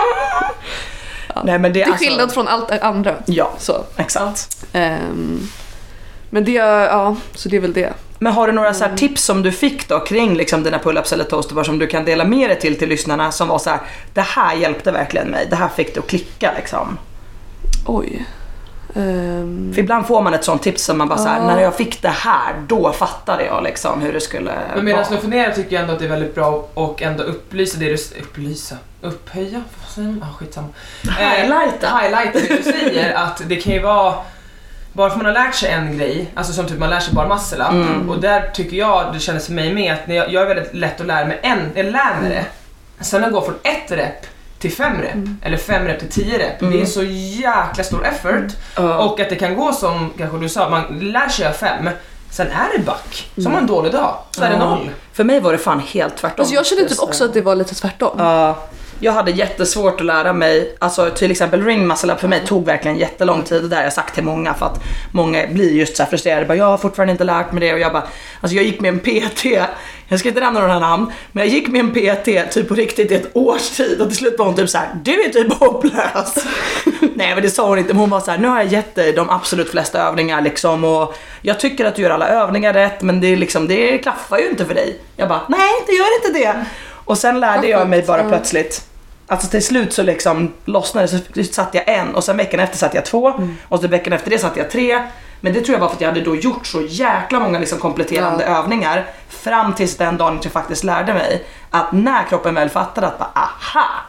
Ja. Nej, men det, det är alltså... skillnad från allt andra. Ja, så. Exakt. Um, men det, ja, så det är väl det. Men har du några så här tips som du fick då kring liksom dina pull-ups eller toasterbar som du kan dela med dig till till lyssnarna som var så här: det här hjälpte verkligen mig, det här fick du att klicka liksom? Oj. Um... För ibland får man ett sånt tips som man bara uh... så här, när jag fick det här, då fattade jag liksom hur det skulle vara. Men medan du funderar tycker jag ändå att det är väldigt bra och ändå upplysa det du upplysa, upphöja, vad säger man? Ah, skitsamma. Highlighta. Eh, highlighta det du säger, att det kan ju vara bara för man har lärt sig en grej, alltså som typ man lär sig bara muscle up, mm. och där tycker jag, det känns för mig med att när jag, jag är väldigt lätt att lära mig en, jag lär mig det. Sen att gå från ett rep till fem rep, mm. eller fem rep till tio rep, mm. det är så jäkla stor effort, mm. och att det kan gå som kanske du sa, man lär sig fem, sen är det back, som mm. en dålig dag, så är det noll. För mig var det fan helt tvärtom. Alltså jag kände typ också att det var lite tvärtom. Ja. Uh. Jag hade jättesvårt att lära mig, alltså till exempel ring muscle up för mig tog verkligen jättelång tid, och där har jag sagt till många, för att många blir just så här frustrerade, bara, jag har fortfarande inte lärt mig det, och jag bara, alltså jag gick med en P T, jag ska inte nämna några namn, men jag gick med en P T typ på riktigt i ett års tid, och till slut var hon typ så här: du är typ hopplös. Nej, men det sa hon inte, men hon var så här: nu har jag gett dig de absolut flesta övningar liksom, och jag tycker att du gör alla övningar rätt, men det är liksom, det klaffar ju inte för dig. Jag bara, nej, det gör inte det. Och sen lärde jag mig bara plötsligt. Alltså till slut så liksom lossnade, så satt jag en, och sen veckan efter satt jag två, mm. och så veckan efter det satt jag tre. Men det tror jag var för att jag hade då gjort så jäkla många liksom kompletterande ja. övningar fram tills den dagen jag faktiskt lärde mig att när kroppen väl fattade att bara, aha,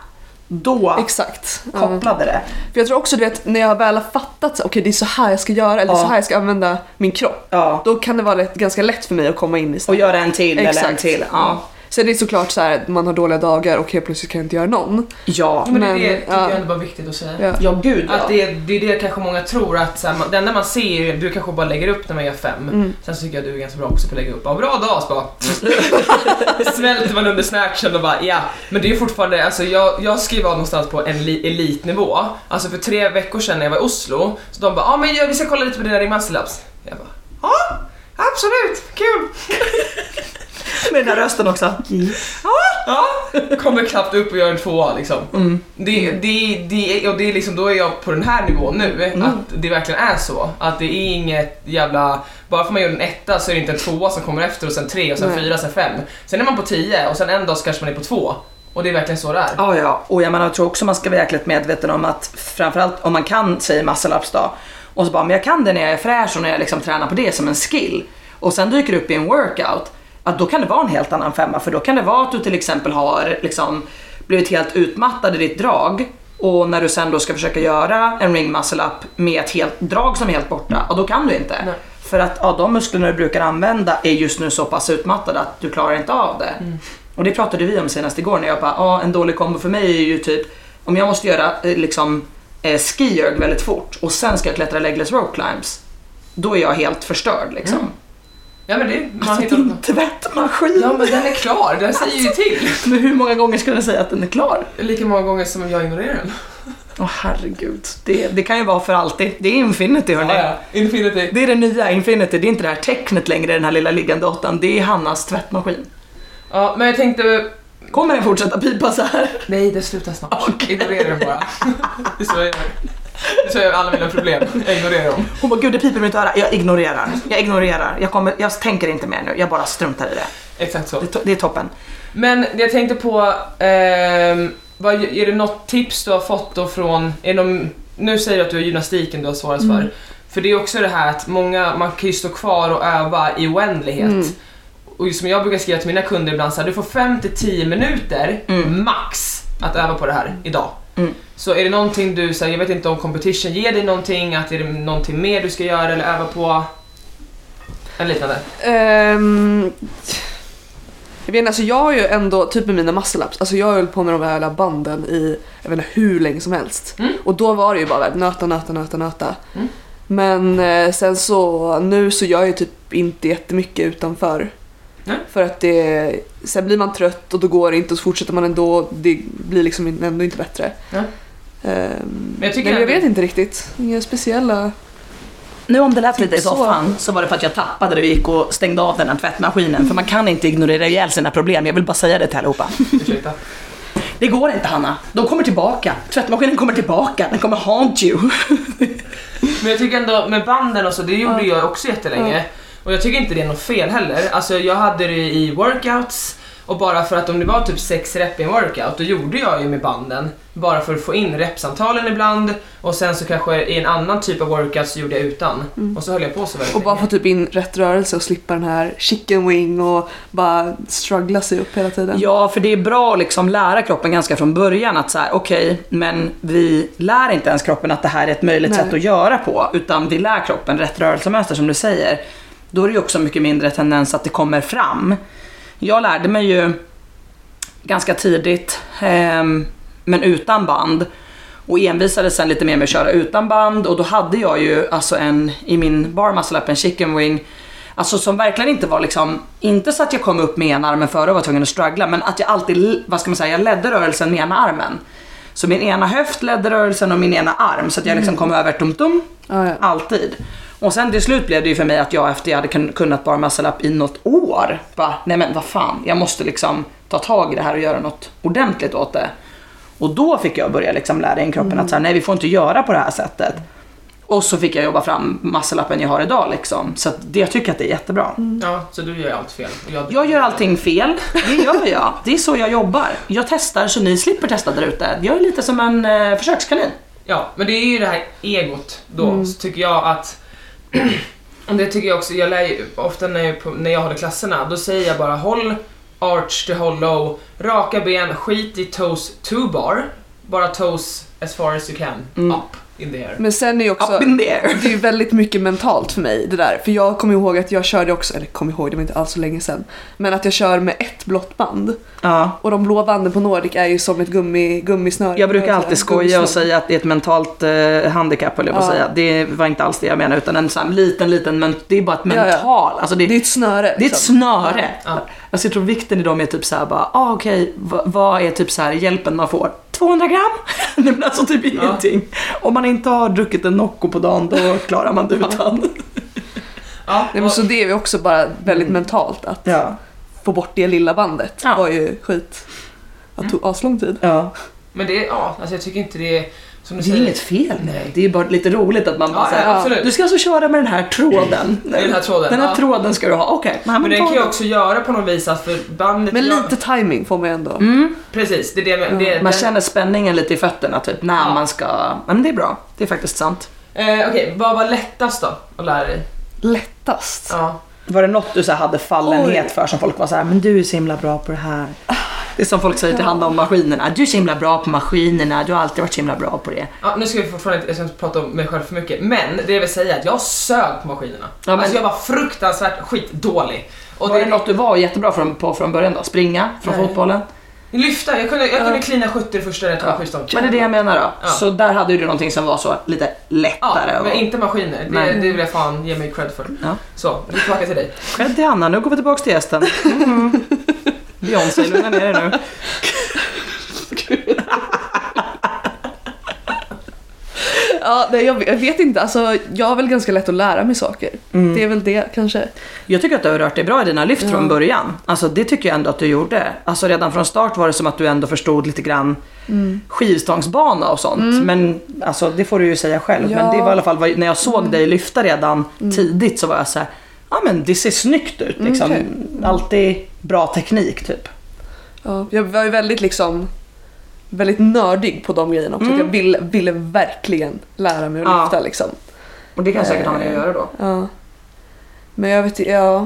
då Exakt. kopplade det. För jag tror också, du vet, när jag väl har fattat så, okej, det är så här jag ska göra, eller Ja. så här jag ska använda min kropp. Ja. Då kan det vara lätt, ganska lätt för mig att komma in i Och stämningen. göra en till Exakt. eller en till. Ja. Sen är det såklart så här, man har dåliga dagar och helt plötsligt kan jag inte göra någon. Ja. Men, Men, det är det tycker ja. jag ändå bara viktigt att säga. Ja. Ja, gud ja. Att det, är, det är det kanske många tror att så här, man, det enda man ser är du kanske bara lägger upp när man gör fem. Mm. Sen så tycker jag du är ganska bra också på att lägga upp. Ja, bra dag så bara. Svälter man under snatchen och bara ja. Men det är fortfarande, alltså jag, jag skriver av någonstans på en li, elitnivå. Alltså för tre veckor sedan när jag var i Oslo. Så de bara, ja ah, men ja, vi ska kolla lite på dina ring muscle ups. Jag bara, ja absolut, kul. Med den här rösten också. Ja, kommer knappt upp och gör en tvåa liksom. Mm. Det, det, det, och det är liksom, då är jag på den här nivån nu, Mm. att det verkligen är så. Att det är inget jävla, bara för man gör en etta så är det inte en tvåa som kommer efter och sen tre och sen Nej. fyra, sen fem. Sen är man på tio och sen en dag så kanske man är på två. Och det är verkligen så det är. Ja, ja. Och jag menar, jag tror också man ska vara jäkligt medveten om att framförallt om man kan säga muscle ups då. Och så bara, men jag kan det när jag är fräsch och när jag liksom tränar på det som en skill. Och sen dyker det upp i en workout. Att då kan det vara en helt annan femma. För då kan det vara att du till exempel har liksom blivit helt utmattad i ditt drag. Och när du sen då ska försöka göra en ring muscle up med ett helt drag som är helt borta. Och då kan du inte. Nej. För att ja, de musklerna du brukar använda är just nu så pass utmattade att du klarar inte av det. Mm. Och det pratade vi om senast igår när jag bara, ja, en dålig kombo för mig är ju typ om jag måste göra eh, liksom eh, ski-erg väldigt fort och sen ska jag klättra legless rope climbs. Då är jag helt förstörd liksom. Mm. Ja men det, man Alltså hittar din tvättmaskin! Ja men den är klar, den säger ju till. Men hur många gånger ska den säga att den är klar? Lika många gånger som jag ignorerar den. Åh oh, herregud, det, det kan ju vara för alltid. Det är Infinity hörni. Ja, ja. Infinity. Det är det nya Infinity, det är inte det här tecknet längre, den här lilla liggande åttan. Det är Hannas tvättmaskin. Ja men jag tänkte, Kommer den fortsätta pipa så här? nej det slutar snart. Okej. Ignorera den bara. Det är så jag gör. Det är så jag gör alla mina problem. Jag ignorerar dem. Hon bara, gud det piper i mitt öra. Jag ignorerar. Jag ignorerar. Jag, kommer, jag tänker inte mer nu. Jag bara struntar i det. Exakt så. Det, är to- det är toppen. Men jag tänkte på, ehm, vad, är det något tips du har fått då från, är det någon, nu säger du att du har gymnastiken du har svarat Mm. för. För det är också det här att många, man kan ju stå kvar och öva i oändlighet. Mm. Och som jag brukar skriva till mina kunder ibland så här, du får fem till tio minuter Mm. max att öva på det här idag. Mm. Så är det någonting du säger, jag vet inte om competition ger dig någonting, att är det någonting mer du ska göra eller öva på? Eller liknande. Ehm, jag vet inte, alltså jag har ju ändå, typ med mina muscle ups, alltså jag har hållit på med de här jävla banden i, jag vet inte hur länge som helst. Mm. Och då var det ju bara nöta, nöta, nöta, nöta. Mm. Men eh, sen så, nu så gör jag ju typ inte jättemycket utanför. Nej. För att det, sen blir man trött och då går det inte och så fortsätter man ändå, det blir liksom ändå inte bättre. Ja. Ehm, Men jag tycker men jag ändå- vet inte riktigt, inga speciella. Nu om det lät lite i Så. soffan så var det för att jag tappade det och gick och stängde av den här tvättmaskinen. För man kan inte ignorera ihjäl sina problem. Jag vill bara säga det till allihopa. Ursäkta. Det går inte Hanna. De kommer tillbaka. Tvättmaskinen kommer tillbaka. Den kommer haunt you. Men jag tycker ändå med banden och så, det gjorde jag också jättelänge. Och jag tycker inte det är något fel heller. Alltså jag hade det i workouts. Och bara för att om det var typ sex rep i en workout, då gjorde jag ju med banden. Bara för att få in repsantalen ibland. Och sen så kanske i en annan typ av workout så gjorde jag utan. Mm. Och så höll jag på så väldigt Och bara länge. få typ in rätt rörelse och slippa den här chicken wing och bara struggla sig upp hela tiden. Ja, för det är bra att liksom lära kroppen ganska från början att så här, okej, men vi lär inte ens kroppen att det här är ett möjligt Nej. sätt att göra på, utan vi lär kroppen rätt rörelsemönster som du säger. Då är det ju också mycket mindre tendens att det kommer fram. Jag lärde mig ju ganska tidigt, ehm, men utan band. Och envisade sen lite mer med att köra utan band. Och då hade jag ju alltså en, i min bar muscle up, en chicken wing. Alltså som verkligen inte var liksom, inte så att jag kom upp med ena armen före och var tvungen att struggla. Men att jag alltid, vad ska man säga, jag ledde rörelsen med ena armen. Så min ena höft ledde rörelsen och min ena arm. Så att jag liksom kom över tum-tum, Ja, ja. alltid. Och sen till slut blev det ju för mig att jag efter jag hade kun- kunnat bar muscle up i något år. Bara, nej men vad fan, jag måste liksom ta tag i det här och göra något ordentligt åt det. Och då fick jag börja liksom lära in kroppen att så här, nej vi får inte göra på det här sättet. Och så fick jag jobba fram muscle-upen jag har idag liksom. Så att det, jag tycker att det är jättebra. Ja, så du gör allt fel. Och jag, Jag gör allting fel, det gör jag. Det är så jag jobbar. Jag testar så ni slipper testa där ute. Jag är lite som en eh, försökskanin. Ja, men det är ju det här egot då, så tycker jag att och det tycker jag också, jag lär ju, ofta när jag, på, när jag håller klasserna, då säger jag bara håll arch to hollow, raka ben, skit i toes to bar. bara toes as far as you can, Mm. up in the air. Men sen är ju också, Up in the air. det är ju väldigt mycket mentalt för mig det där. För jag kommer ihåg att jag körde också, eller kommer ihåg, det var inte alls så länge sedan. Men att jag kör med ett blått band. Ja. Och de blå banden på Nordic är ju som ett gummi, gummisnöre. Jag brukar alltid skoja och Gummisnodd. säga att det är ett mentalt eh, handikapp, eller jag på Ja. säga. Det var inte alls det jag menar, utan en sån här liten, liten, men det är bara ett Ja, ja. mental. Alltså det, Det är ett snöre. det är ett liksom. snöre. Ja. Alltså jag tror vikten i dem är typ såhär bara, ah, okej, okay, vad, vad är typ så här hjälpen man får? tvåhundra gram? Det blir alltså typ ingenting. Om man inte har druckit en Nocco på dagen, då klarar man det utan. Ja, Nej, men så det är ju också bara väldigt mentalt att Ja. få bort det lilla bandet. Ja. Var ju skit. Det tog aslång tid. Ja. men det är, ja, alltså jag tycker inte det är, som du Det är säger, inget fel med det. Det är bara lite roligt att man bara Ja, säger, ja, absolut. du ska alltså köra med den här tråden. Den här tråden, Den här ja. tråden ska du ha, okej. Okay. Men den kan ju också göra på något vis att för bandet... Men gör- lite timing får man ändå. Mm. Precis, det är det, med- det Man den- känner spänningen lite i fötterna typ när Ja. man ska, men det är bra. Det är faktiskt sant. Eh, Okej, vad var lättast då att lära dig? Lättast. Ja. Var det något du så här hade fallenhet Oj. för som folk var så här, men du är så himla bra på det här. Det är som folk säger till hand om maskinerna. Du är så himla bra på maskinerna, du har alltid varit så himla bra på det. Ja, nu ska vi fortfarande inte, jag ska inte prata om mig själv för mycket, men det jag vill säga är att jag sög på maskinerna. Ja, men- Alltså jag var fruktansvärt skitdålig. Och Var det något du var jättebra från, på från början då? Springa från Nej. fotbollen? Lyfta, jag kunde, jag kunde Ja. klina sjuttio första när jag tog Ja. skivstång. Men det är det jag menar då. Ja. Så där hade du någonting som var så lite Ja, lättare. men och... inte maskiner. Det, Nej. det vill jag fan ge mig cred för. Ja. Så, nu tillbaka till dig. Själv till Hanna, nu går vi tillbaka till gästen. Mm. Beyoncé, lugna ner dig nu. Ja, nej, jag, jag vet inte. Alltså, jag har väl ganska lätt att lära mig saker. Mm. Det är väl det kanske. Jag tycker att du har rört dig bra i dina lyft Ja. från början. Alltså det tycker jag ändå att du gjorde. Alltså redan från start var det som att du ändå förstod lite grann Mm. skivstångsbana och sånt. Men alltså det får du ju säga själv. Ja. Men det var i alla fall, vad- när jag såg dig lyfta redan tidigt så var jag så här, ja men det ser snyggt ut liksom. Okej. Alltid bra teknik typ. Ja, jag var ju väldigt liksom väldigt nördig på de grejerna också. Mm. Att jag ville, ville verkligen lära mig att Ja. lyfta liksom. Och det kan säkert ha med att göra då. Ja. Men jag vet ja.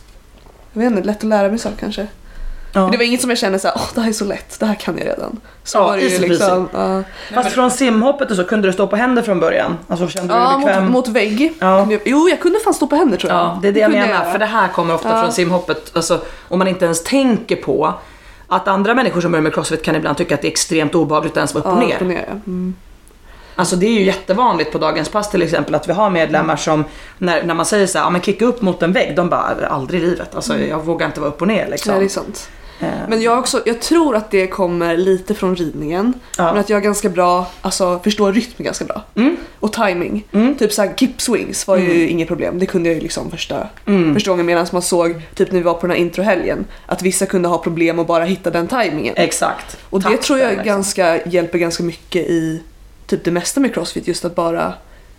Jag vet inte, lätt att lära mig saker kanske. Ja. Men det var inget som jag kände så här, åh det här är så lätt, det här kan jag redan. Så Ja, var det ju easy liksom. Ja, Fast från simhoppet och så kunde du stå på händer från början. Alltså kände du ja dig bekväm? mot, mot vägg. Ja. Kunde jag- Jo, jag kunde fan stå på händer tror jag. Ja, det är det jag kunde menar. göra. För det här kommer ofta Ja. från simhoppet. Alltså, om man inte ens tänker på att andra människor som börjar med crossfit kan ibland tycka att det är extremt obehagligt att ens vara upp och Ja, ner. upp och ner ja. Mm. Alltså det är ju jättevanligt på dagens pass till exempel att vi har medlemmar som när, när man säger så här, ja men kicka upp mot en vägg, de bara aldrig i livet. Alltså jag vågar inte vara upp och ner liksom. Nej, det är sant. Eh, Men jag, också, jag tror att det kommer lite från ridningen. Ja. Men att jag är ganska bra, alltså förstår rytm ganska bra. Mm. Och timing. Mm. Typ såhär kip swings var ju inget problem. Det kunde jag ju liksom första, Mm. första gången medan man såg, typ när vi var på den här introhelgen, att vissa kunde ha problem att bara hitta den timingen. Exakt. Och det Takten, tror jag liksom. ganska, hjälper ganska mycket i typ det mesta med crossfit. Just att bara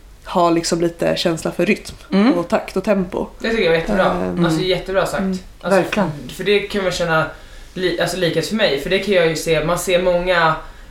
ha liksom lite känsla för rytm Mm. och takt och tempo. Det tycker jag var jättebra. Mm. Alltså jättebra sagt. Mm. Alltså, Verkligen. För, för det kan man känna li, alltså likhet för mig. För det kan jag ju se, man ser många,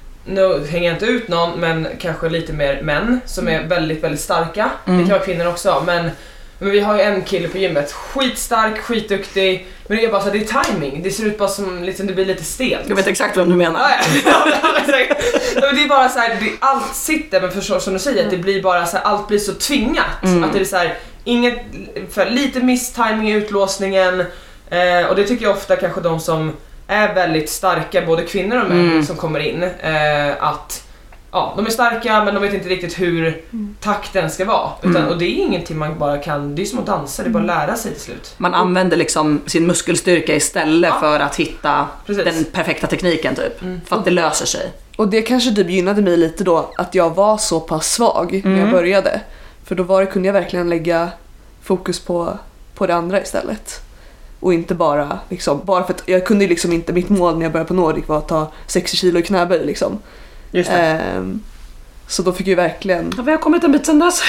nu hänger jag inte ut någon, men kanske lite mer män som är väldigt, väldigt starka. Mm. Det kan vara kvinnor också, men, men vi har ju en kille på gymmet, skitstark, skitduktig, men det är bara så här, det är timing. Det ser ut bara som, liksom, det blir lite stelt. Jag vet exakt vad du menar. Ja, ja, ja, exakt. Ja, men det är bara så här, det, allt sitter, men förstår som du säger, att det blir bara så här, allt blir så tvingat. Mm. Att det är så här, inget, för lite misstiming i utlåsningen, eh, och det tycker jag ofta kanske de som är väldigt starka, både kvinnor och män Mm. som kommer in, eh, att ja, de är starka men de vet inte riktigt hur takten ska vara. Utan, Mm. och det är ingenting man bara kan, det är som att dansa, det är bara att lära sig till slut. Man använder liksom sin muskelstyrka istället Ja. för att hitta Precis. den perfekta tekniken typ. Mm. För att det löser sig. Och det kanske typ gynnade mig lite då att jag var så pass svag när jag Mm. började. För då var det, kunde jag verkligen lägga fokus på, på det andra istället. Och inte bara liksom, bara för att jag kunde ju liksom inte, mitt mål när jag började på Nordic var att ta sextio kilo i knäböj liksom. Just det. Ehm, så då fick jag verkligen Ja, vi har kommit en bit sedan dess.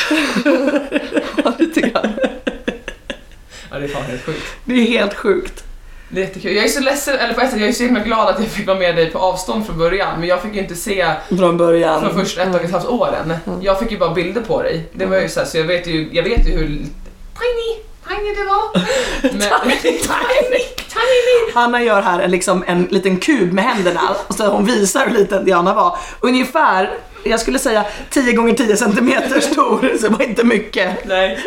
ha lite grann. Ja, det är fan helt sjukt. Det är helt sjukt. Det är jättekul. Jag är så ledsen, eller på ett sätt, jag är så himla glad att jag fick vara med dig på avstånd från början, men jag fick ju inte se Från början. från först ett och ett halvt åren. Jag fick ju bara bilder på dig. Det var ju så här, så jag vet ju, jag vet ju hur tiny, tiny det var. Men, tiny, Hanna gör här en, liksom, en liten kub med händerna och så hon visar hur liten Diana var. Ungefär, jag skulle säga tio gånger tio centimeter stor, så det var inte mycket. Nej.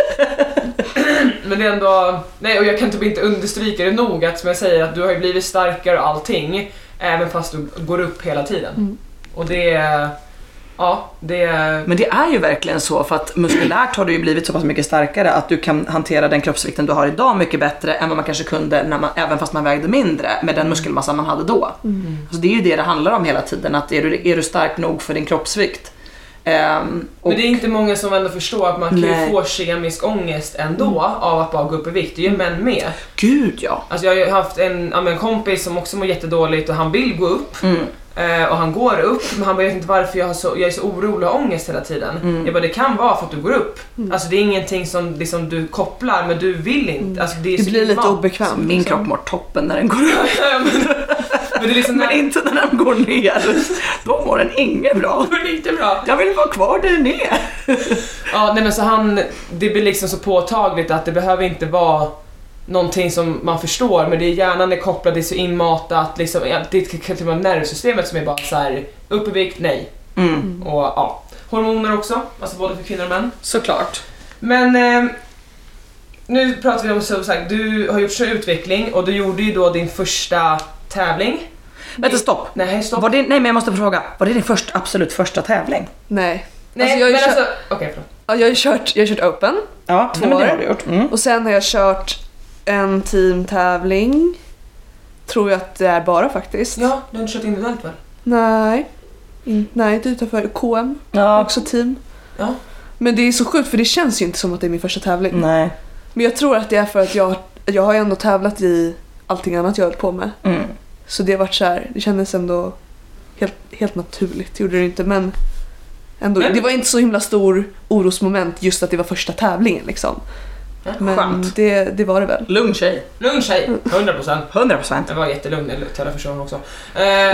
Men det är ändå, nej, och jag kan typ inte understryka det nog att som jag säger att du har ju blivit starkare och allting även fast du går upp hela tiden. Mm. Och det är ja, det är... Men det är ju verkligen så, för att muskulärt har du ju blivit så pass mycket starkare att du kan hantera den kroppsvikten du har idag mycket bättre än vad man kanske kunde när man, även fast man vägde mindre med den muskelmassa man hade då. Mm. Så det är ju det det handlar om hela tiden, att är du, är du stark nog för din kroppsvikt? Um, och... Men det är inte många som ändå förstår att man kan ju få kemisk ångest ändå mm. av att bara gå upp i vikt. Det är ju män med. Gud ja. Alltså jag har ju haft en, en kompis som också mår jättedåligt och han vill gå upp. Mm. Uh, och han går upp, men han vet inte varför jag, har så, jag är så orolig och ångest hela tiden. Mm. Jag bara, det kan vara för att du går upp. Mm. Alltså det är ingenting som liksom, du kopplar, men du vill inte. Alltså, det är det blir lite obekvämt. Min liksom. Kropp mår toppen när den går upp. men, men, det är liksom när... men inte när den går ner. Då mår den inget bra. Det är inte bra. Jag vill vara kvar där den är. Ja, nej, men så han, det blir liksom så påtagligt att det behöver inte vara någonting som man förstår, men det är hjärnan är kopplad, det är så inmatat liksom, det kan till vara nervsystemet som är bara så här upp i vikt, nej. Mm. Och ja, hormoner också, alltså både för kvinnor och män. Såklart. Men eh, nu pratar vi om så sagt, du har gjort så utveckling och du gjorde ju då din första tävling. Vänta, stopp. Nej, stopp. Var det, nej, men jag måste fråga, var det din först, absolut första tävling? Nej. Nej, alltså, jag har men kört... alltså, okej, okay, förlåt. Ja, jag har kört, jag har kört open. Ja, två år. Det har du gjort. Mm. Och sen har jag kört en teamtävling. Tror jag att det är bara faktiskt. Ja, du har inte kört individuellt väl? Nej. In, nej, det är utanför K M. Ja. Också team. Ja. Men det är så sjukt för det känns ju inte som att det är min första tävling. Nej. Men jag tror att det är för att jag, jag har ju ändå tävlat i allting annat jag höll på med. Mm. Så det har varit så här, det kändes ändå helt, helt naturligt. Gjorde det inte, men ändå, mm. det var inte så himla stor orosmoment just att det var första tävlingen liksom. Ja, men det, det var det väl. Lugn tjej. Lugn tjej, hundra procent. hundra procent. Det var jättelugn, eller tälla förstår också. Eh,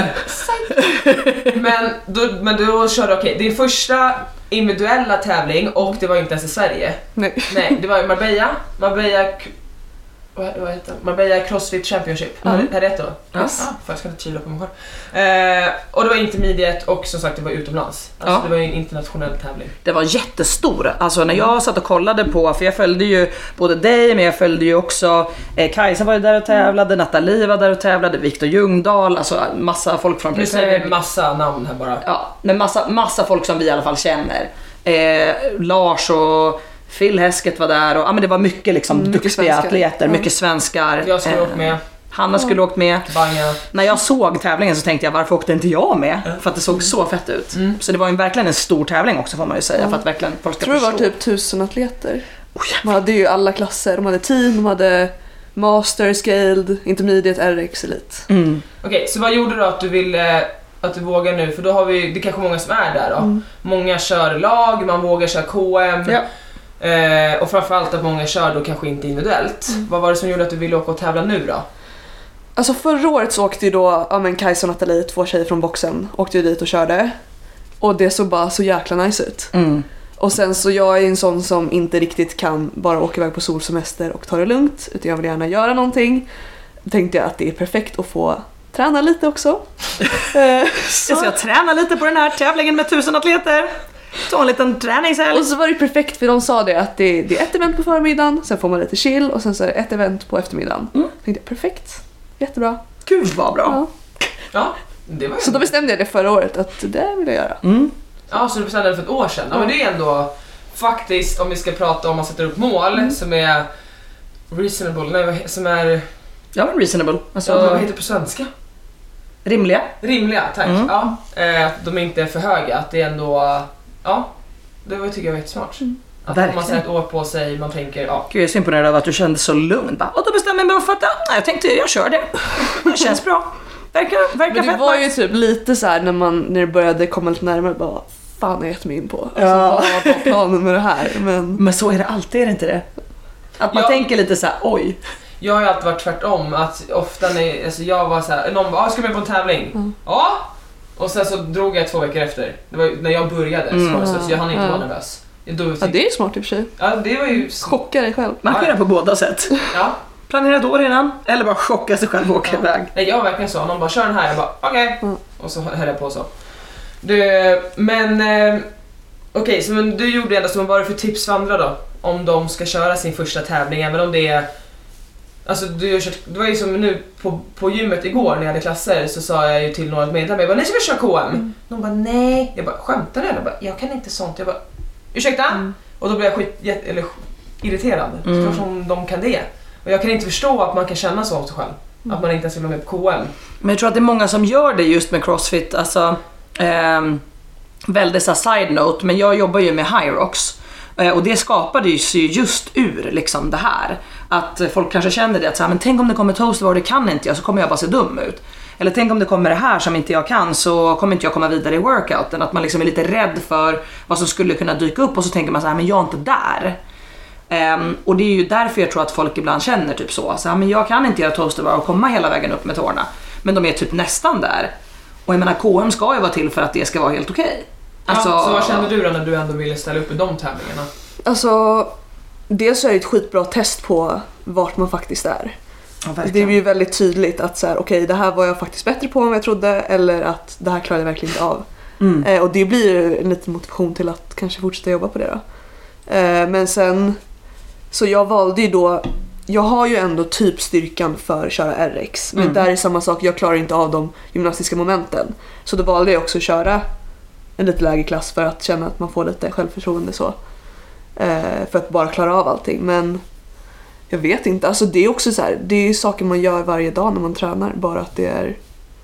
men, då, men då körde okej, okay, din första individuella tävling och det var inte ens i Sverige. Nej. Nej, det var i Marbella. Marbella, vad, vad heter det? Marbella CrossFit Championship. Mm. Är det rätt då? Yes. Ja, för jag ska inte tvivla på mig själv. Eh, och det var intermediate och som sagt det var utomlands. Alltså ja. Det var ju en internationell tävling. Det var jättestor. Alltså när jag satt och kollade på, för jag följde ju både dig, men jag följde ju också eh, Kajsa var ju där och tävlade, mm. Nathalie var där och tävlade, Viktor Ljungdahl, alltså massa folk från Nu säger vi massa namn här bara. Ja, men massa, massa folk som vi i alla fall känner. Eh, Lars och Phil Hesket var där och ja, men det var mycket liksom mm, duktiga svenskar. Atleter, mm. mycket svenskar. Jag skulle åka med. Hanna skulle åkt med. Banga. När jag såg tävlingen så tänkte jag, varför åkte inte jag med? Mm. För att det såg så fett ut. Mm. Så det var ju verkligen en stor tävling också får man ju säga. Mm. För att verkligen folk ska jag tror förstå. Det var typ tusen atleter. Oh, de hade ju alla klasser. De hade team, de hade master, scaled, intermediate, R X, elite. Mm. Okej, okay, så vad gjorde du att du ville... Att du vågar nu? För då har vi... Det är kanske många som är där då. Mm. Många kör lag, man vågar köra K M. Ja. Eh, och framförallt att många kör då kanske inte individuellt. Mm. Vad var det som gjorde att du ville åka och tävla nu då? Alltså förra året så åkte ju då ja, men Kajsa och Nathalie, två tjejer från boxen, åkte ju dit och körde. Och det såg bara så jäkla nice ut. Mm. Och sen så jag är en sån som inte riktigt kan bara åka iväg på solsemester och ta det lugnt, utan jag vill gärna göra någonting. Då tänkte jag att det är perfekt att få träna lite också. så jag ska träna lite på den här tävlingen med tusen atleter. Ta en liten träningshelg. Och så var det perfekt för de sa det att det, det är ett event på förmiddagen, sen får man lite chill och sen så är det ett event på eftermiddagen. Mm. Jag tänkte perfekt. Jättebra. Gud vad bra. Ja. Ja, det var så då bestämde jag det förra året att det vill jag göra. Mm. Ja, så du bestämde det för ett år sedan. Ja, men det är ändå faktiskt, om vi ska prata om man sätter upp mål mm. som är reasonable, nej, som är ja, men reasonable. Alltså, ja, vad heter det på svenska? Rimliga. Rimliga, tack. Mm. Ja, eh, de är inte är för höga, att det är ändå ja, det var, tycker jag var jättesmart. Mm. Att verkligen. Man har ett år på sig, man tänker, ja. Gud, jag är så imponerad av att du kände så lugn. Och då bestämmer jag mig för att ja, jag tänkte, jag kör det. Det känns bra. Verkar, verkar men det fett var nice. Ju typ lite så här när man när det började komma lite närmare, bara fan jag gett mig in på. Alltså, ja. Vad var planen med det här? Men... men så är det alltid, är det inte det? Att man ja. tänker lite så här, oj. Jag har ju alltid varit tvärtom, att ofta när alltså jag var så här, någon bara, ska du med på en tävling? Mm. Ja. Och sen så drog jag två veckor efter. Det var när jag började mm. så, var det så, så jag hann inte ja. vara nervös. Då ja, det är ju smart i och för sig. Ja, det var ju chocka dig själv. Man kan göra på båda sätt. Ja. planera ett år innan. Eller bara chocka sig själv och åka Ja. iväg. Nej, jag var verkligen så. Någon bara, kör den här. Jag bara, okej. Okay. Mm. Och så höll jag på så. Du, men... Eh, okej, okay, så men du gjorde ändå så. Vad var det för tips för andra då? Om de ska köra sin första tävling. Även om det är... Alltså, du har kört, det var ju som nu på, på gymmet igår när jag hade klasser. Så sa jag ju till några medlemmar. Jag bara, nej, ska vi köra K M? Mm. De bara, nej. Jag bara, skämtar du? Jag bara, jag kan inte sånt. Jag bara, ursäkta? Mm. Och då blev jag skit, eller, irriterad. Mm. Så som de kan det. Och jag kan inte förstå att man kan känna så om sig själv. Mm. Att man inte ens vill vara med på K M. Men jag tror att det är många som gör det just med CrossFit. Alltså, ehm, väldigt så side note. Men jag jobbar ju med Hyrox. Eh, och det skapade ju just ur liksom det här. Att folk kanske känner det. Att så här, men tänk om det kommer toaster och det kan inte jag. Så kommer jag bara se dum ut. Eller tänk om det kommer det här som inte jag kan. Så kommer inte jag komma vidare i workouten. Att man liksom är lite rädd för vad som skulle kunna dyka upp. Och så tänker man så här, men jag är inte där. Um, och det är ju därför jag tror att folk ibland känner typ så, så här, men jag kan inte göra toasterbar och komma hela vägen upp med tårna, men de är typ nästan där. Och jag menar, K M ska ju vara till för att det ska vara helt okej. Okay. Alltså, ja, så vad kände du då när du ändå ville ställa upp i de tävlingarna? Alltså, dels är det ett skitbra test på vart man faktiskt är. Ja, det är ju väldigt tydligt att så här, okej, okay, det här var jag faktiskt bättre på än vad jag trodde, eller att det här klarade jag verkligen inte av. Mm. Eh, och det blir ju en liten motivation till att kanske fortsätta jobba på det då. Eh, men sen så jag valde ju då, jag har ju ändå typ styrkan för att köra R X, men mm. där är samma sak, jag klarar inte av de gymnastiska momenten. Så då valde jag också att köra en lite lägre klass för att känna att man får lite självförtroende så. Eh, för att bara klara av allting. Men jag vet inte, alltså det är också så här, det är saker man gör varje dag när man tränar, bara att det är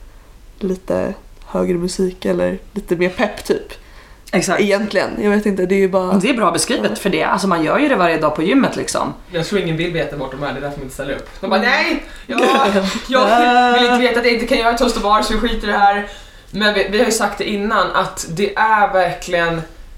lite högre musik eller lite mer pepp typ. Exakt. Egentligen, jag vet inte, det är ju bara... Det är bra beskrivet ja. För det, alltså man gör ju det varje dag på gymmet liksom. Jag tror ingen vill veta vart de är, det är därför man inte ställer upp. De bara, nej! Jag, jag vill inte veta att jag inte kan göra toast och bar, så jag skiter i det här. Men vi, vi har ju sagt det innan, att det är verkligen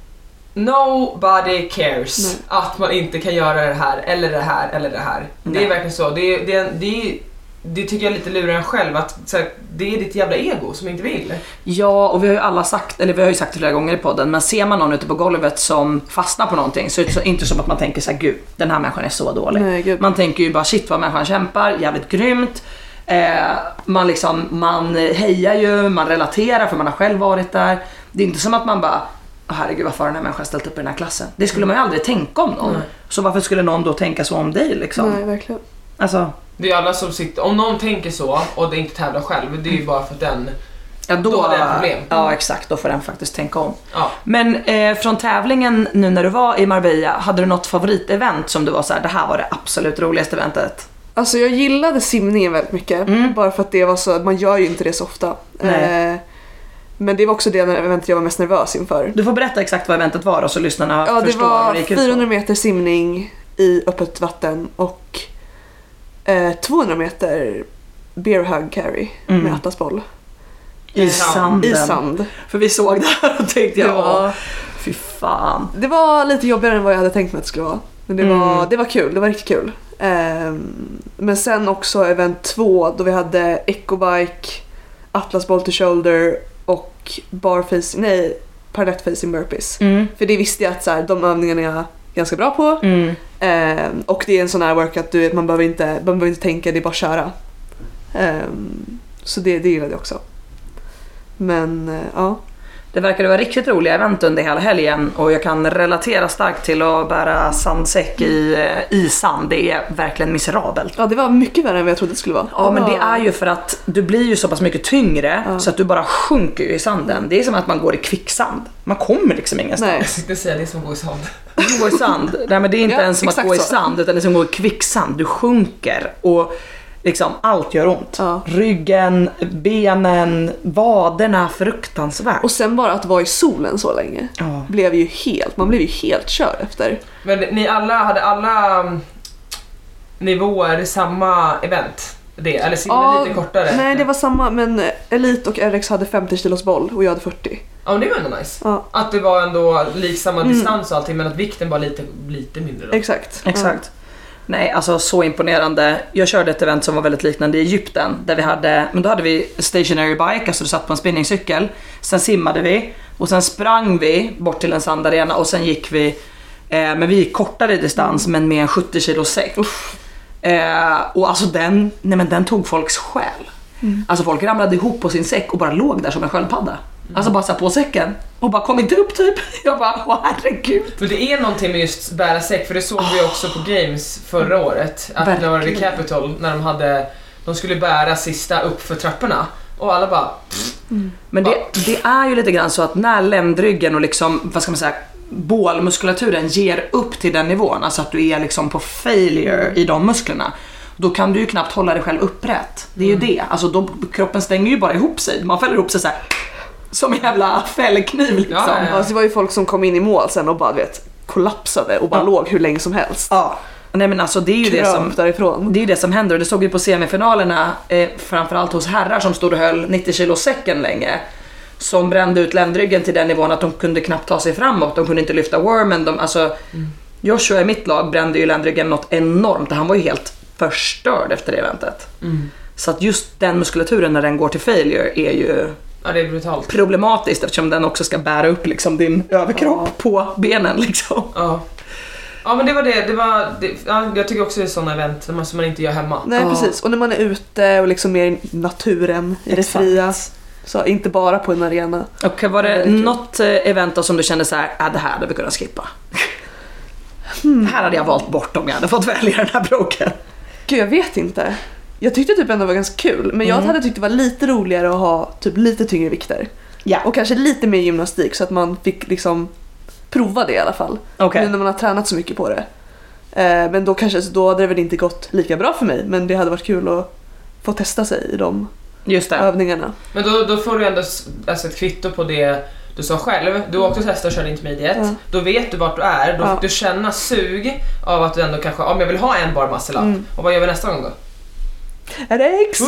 nobody cares nej. Att man inte kan göra det här, eller det här, eller det här. Nej. Det är verkligen så, det är... Det är, det är Det tycker jag lite lurar en själv, att så här, det är ditt jävla ego som inte vill. Ja, och vi har ju alla sagt, eller vi har ju sagt det flera gånger i podden, men ser man någon ute på golvet som fastnar på någonting, så är det inte som att man tänker så här, gud, den här människan är så dålig. Nej, man tänker ju bara, shit vad människan kämpar, jävligt grymt. Eh, man liksom, man hejar ju, man relaterar för man har själv varit där. Det är inte som att man bara, oh, herregud, varför har den här människan ställt upp i den här klassen? Det skulle man ju aldrig tänka om någon. Nej. Så varför skulle någon då tänka så om dig liksom? Nej, verkligen. Alltså, det är alla som sitter, om någon tänker så och det inte tävlar själv, det är ju bara för att den, ja, då, då är det ett problem. Ja, exakt, då får den faktiskt tänka om. Ja. Men eh, från tävlingen nu när du var i Marbella, hade du något favoritevent som du var så här, det här var det absolut roligaste eventet? Alltså jag gillade simningen väldigt mycket, mm. bara för att det var så, man gör ju inte det så ofta. Eh, men det var också det eventet jag var mest nervös inför. Du får berätta exakt vad eventet var och så lyssnarna ja, förstår vad det var var fyrahundra meter simning i öppet vatten och Eh, tvåhundra meter bear hug carry mm. med atlasboll. I sanden. I sand. För vi såg det här och tänkte jag, var, fy fan. Det var lite jobbigare än vad jag hade tänkt mig att det skulle vara. Men det, mm. var, det var kul, det var riktigt kul. Eh, men sen också event två då vi hade ecobike, atlasboll to shoulder och barface, nej, parallett facing burpees. Mm. För det visste jag att så här, de övningarna jag ganska bra på. Mm. Eh, och det är en sån här workout, du vet, man behöver inte, man behöver inte tänka, det är bara att köra. Eh, så det, det gillade jag också. Men eh, ja. Det verkar vara riktigt roliga event under hela helgen och jag kan relatera starkt till att bära sandsäck i, i sand. Det är verkligen miserabelt. Ja, det var mycket värre än vad jag trodde det skulle vara. Ja, men det är ju för att du blir ju så pass mycket tyngre ja. Så att du bara sjunker i sanden. Det är som att man går i kvicksand. Man kommer liksom ingenstans. Nej, jag tänkte säga det är som att gå i sand. Du går i sand. Nej, men det är inte ja, ens som att gå i sand utan det är som att gå i kvicksand. Du sjunker och liksom allt gör ont. Ja. Ryggen, benen, vaderna, fruktansvärt. Och sen bara att vara i solen så länge ja. Blev ju helt, man blev ju helt körd efter. Men ni alla, hade alla nivåer samma event? Det, eller simma ja, lite kortare? Nej, det var samma, men Elite och R X hade femtio kilos boll och jag hade fyrtio. Ja, det var ändå nice. Ja. Att det var ändå lik samma mm. distans och allting, men att vikten var lite, lite mindre då. Exakt. Exakt. Ja. Nej, alltså så imponerande. Jag körde ett event som var väldigt liknande i Egypten där vi hade, men då hade vi stationary bike, alltså du satt på en spinningcykel. Sen simmade vi och sen sprang vi bort till en sandarena och sen gick vi eh, men vi gick kortare distans mm. men med en sjuttio kilo säck. Eh, och alltså den, nej men den tog folks själ. Mm. Alltså folk ramlade ihop på sin säck och bara låg där som en sköldpadda. Mm. Alltså bara satt på säcken och bara kom inte upp typ. Jag bara, åh herregud. Men det är någonting med just bära säck, för det såg vi också på Games förra året. Att när det var i Capitol, när de hade, de skulle bära sista upp för trapporna. Och alla bara... Mm. Men det, det är ju lite grann så att när ländryggen och liksom, vad ska man säga, bålmuskulaturen ger upp till den nivån, alltså att du är liksom på failure i de musklerna, då kan du ju knappt hålla dig själv upprätt. Det är ju mm. det. Alltså då, kroppen stänger ju bara ihop sig. Man fäller ihop sig så här som en jävla fällkniv liksom. Ja, ja. Alltså, det var ju folk som kom in i mål sen och bara vet, kollapsade och bara ja. låg hur länge som helst. Ja. Nej men alltså det är ju det som, därifrån. det är ju det som händer, och det såg vi på semifinalerna eh, framförallt hos herrar som stod och höll nittio kilo säcken länge, som brände ut ländryggen till den nivån att de kunde knappt ta sig framåt, de kunde inte lyfta wormen, de, alltså mm. Joshua i mitt lag brände ju ländryggen något enormt, han var ju helt förstörd efter det eventet. Mm. Så att just den muskulaturen när den går till failure är ju ja, det är brutalt. Problematiskt, eftersom den också ska bära upp liksom din överkropp ja. på benen liksom. Ja. Ja men det var det, det var det, ja, jag tycker också det är sådana event som man, som man inte gör hemma. Nej ja. precis, och när man är ute och liksom mer i naturen, i Exakt. det fria, så inte bara på en arena. Och var det, det något event då som du kände så här, äh, det här hade vi kunnat skippa? Hmm. Här hade jag valt bort om jag hade fått välja den här broken. Gud, jag vet inte. Jag tyckte typ ändå det var ganska kul, men jag mm. hade tyckt det var lite roligare att ha typ lite tyngre vikter. Ja. Och kanske lite mer gymnastik så att man fick liksom prova det i alla fall. Okay. Nu när man har tränat så mycket på det. Eh, men då kanske då hade det väl inte gått lika bra för mig, men det hade varit kul att få testa sig i de Just det. övningarna. Men då, då får du ändå alltså, ett kvitto på det du sa själv. Du har också testat att köra intermediate. Mm. Då vet du vart du är. Då ja. fick du känna sug av att du ändå kanske, om jag vill ha en bar muscle up. Mm. Och vad gör vi nästa gång då? Är det exakt?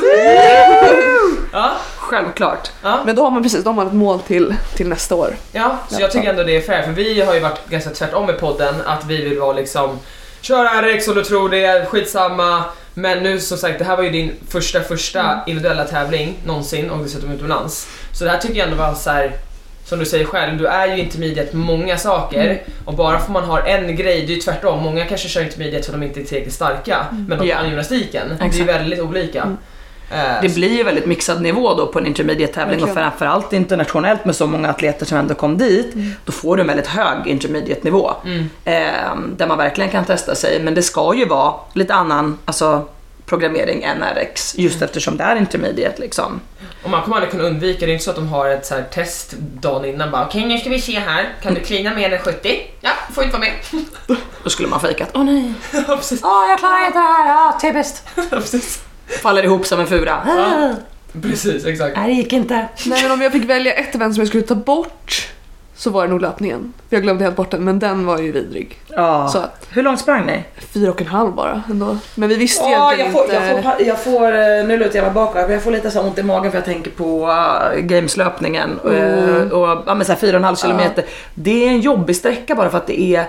Ja, självklart. Ja. Men då har man precis, då har man ett mål till, till nästa år. Ja, så jag tycker ändå det är fair. För vi har ju varit ganska tvärtom i podden. Att vi vill vara liksom, köra R X och du tror det är skitsamma. Men nu som sagt, det här var ju din första första mm. individuella tävling någonsin, och dessutom utomlands. Så det här tycker jag ändå var så här, som du säger själv, du är ju intermediate på många saker. Mm. Och bara för man har en grej, det är ju tvärtom. Många kanske kör intermediate för de inte är tillräckligt starka. Mm. Men de kan ja. gymnastiken. Exakt. Det är ju väldigt olika. Mm. Uh, det blir ju väldigt mixad nivå då på en intermediate-tävling, och framförallt internationellt med så många atleter som ändå kom dit, mm. då får du en väldigt hög intermediate-nivå mm. uh, där man verkligen kan testa sig, men det ska ju vara lite annan alltså, programmering än R X, just mm. eftersom det är intermediate liksom. Och man kommer aldrig kunna undvika, det är inte så att de har ett så här test dagen innan bara, okej okay, nu ska vi se här, kan du klina mer än sjuttio? Ja, får inte vara med. Då skulle man fejkat, åh nej, ja, precis. Åh jag klarar inte det här, ja typiskt. Ja, precis. Faller ihop som en fura. Ja, precis, exakt. Nej, det gick inte. Nej, men om jag fick välja ett event som jag skulle ta bort, så var det nog löpningen. För jag glömde helt bort den, men den var ju vidrig. Ja. Så att, hur långt sprang ni? Fyra och en halv bara ändå. Men vi visste ju ja, egentligen jag får, inte... Jag får, jag får, nu lutar jag mig bakåt, jag får lite så ont i magen för jag tänker på uh, gameslöpningen. Mm. Och, och ja, men så här, fyra och en halv kilometer. Ja. Det är en jobbig sträcka bara för att det är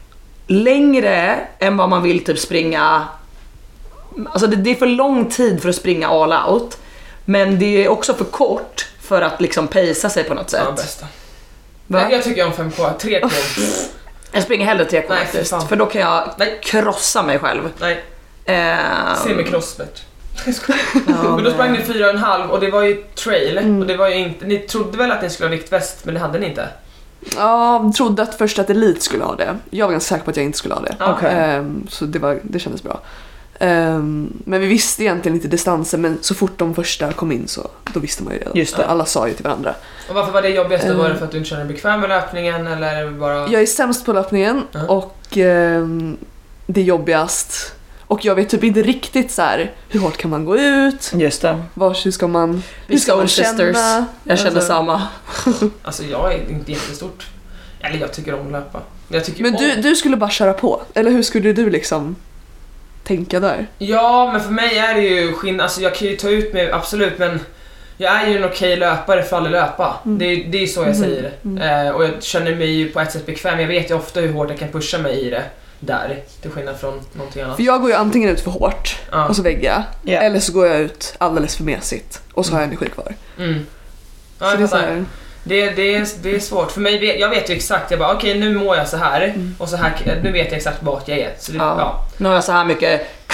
längre än vad man vill typ springa. Alltså det, det är för lång tid för att springa all out. Men det är också för kort för att liksom pacea sig på något sätt. Ja, bästa. Va? Jag tycker om fem K, tre K. Jag springer hellre tre K faktiskt. För, för då kan jag nej. krossa mig själv. Nej. Eh, Semi-crossbet. Ja, men då sprang ni fyra och en halv och det var ju trail. Mm. Och det var ju inte, ni trodde väl att ni skulle ha viktväst, men det hade ni inte. Ja, jag trodde att först att Elite skulle ha det. Jag var ganska säker på att jag inte skulle ha det. Okay. Um, så det, var, det kändes bra. Um, men vi visste egentligen inte distansen, men så fort de första kom in så då visste man ju redan. Just det. Alla sa ju till varandra. Och varför var det jobbigast? Um, var det för att du inte kände dig bekväm med löpningen eller bara... Jag är sämst på löpningen uh-huh. och um, det är jobbigast. Och jag vet typ inte riktigt så här, hur hårt kan man gå ut? Just det. Vars, hur ska man, hur ska man känna? Sisters. Jag känner alltså, samma. Alltså jag är inte jättestort. Eller jag tycker om att löpa. Jag tycker men om... du, du skulle bara köra på. Eller hur skulle du liksom tänka där? Ja, men för mig är det ju skinn... Alltså jag kan ju ta ut mig, absolut, men jag är ju en okej löpare för att löpa. Mm. Det, är, det är så jag mm. säger. Mm. Eh, och jag känner mig ju på ett sätt bekväm. Jag vet ju ofta hur hårt jag kan pusha mig i det. Där, till skillnad från någonting annat. För jag går ju antingen ut för hårt ja. och så väggar jag. Yeah. Eller så går jag ut alldeles för mesigt och så mm. har jag energi kvar. Mm. Ja, det, är så här, det, det, är, det är svårt. För mig, jag vet ju exakt, jag bara okej okay, nu mår jag så här mm. och så här, nu vet jag exakt vart jag är. Så det, ja. Ja. Nu har jag så här mycket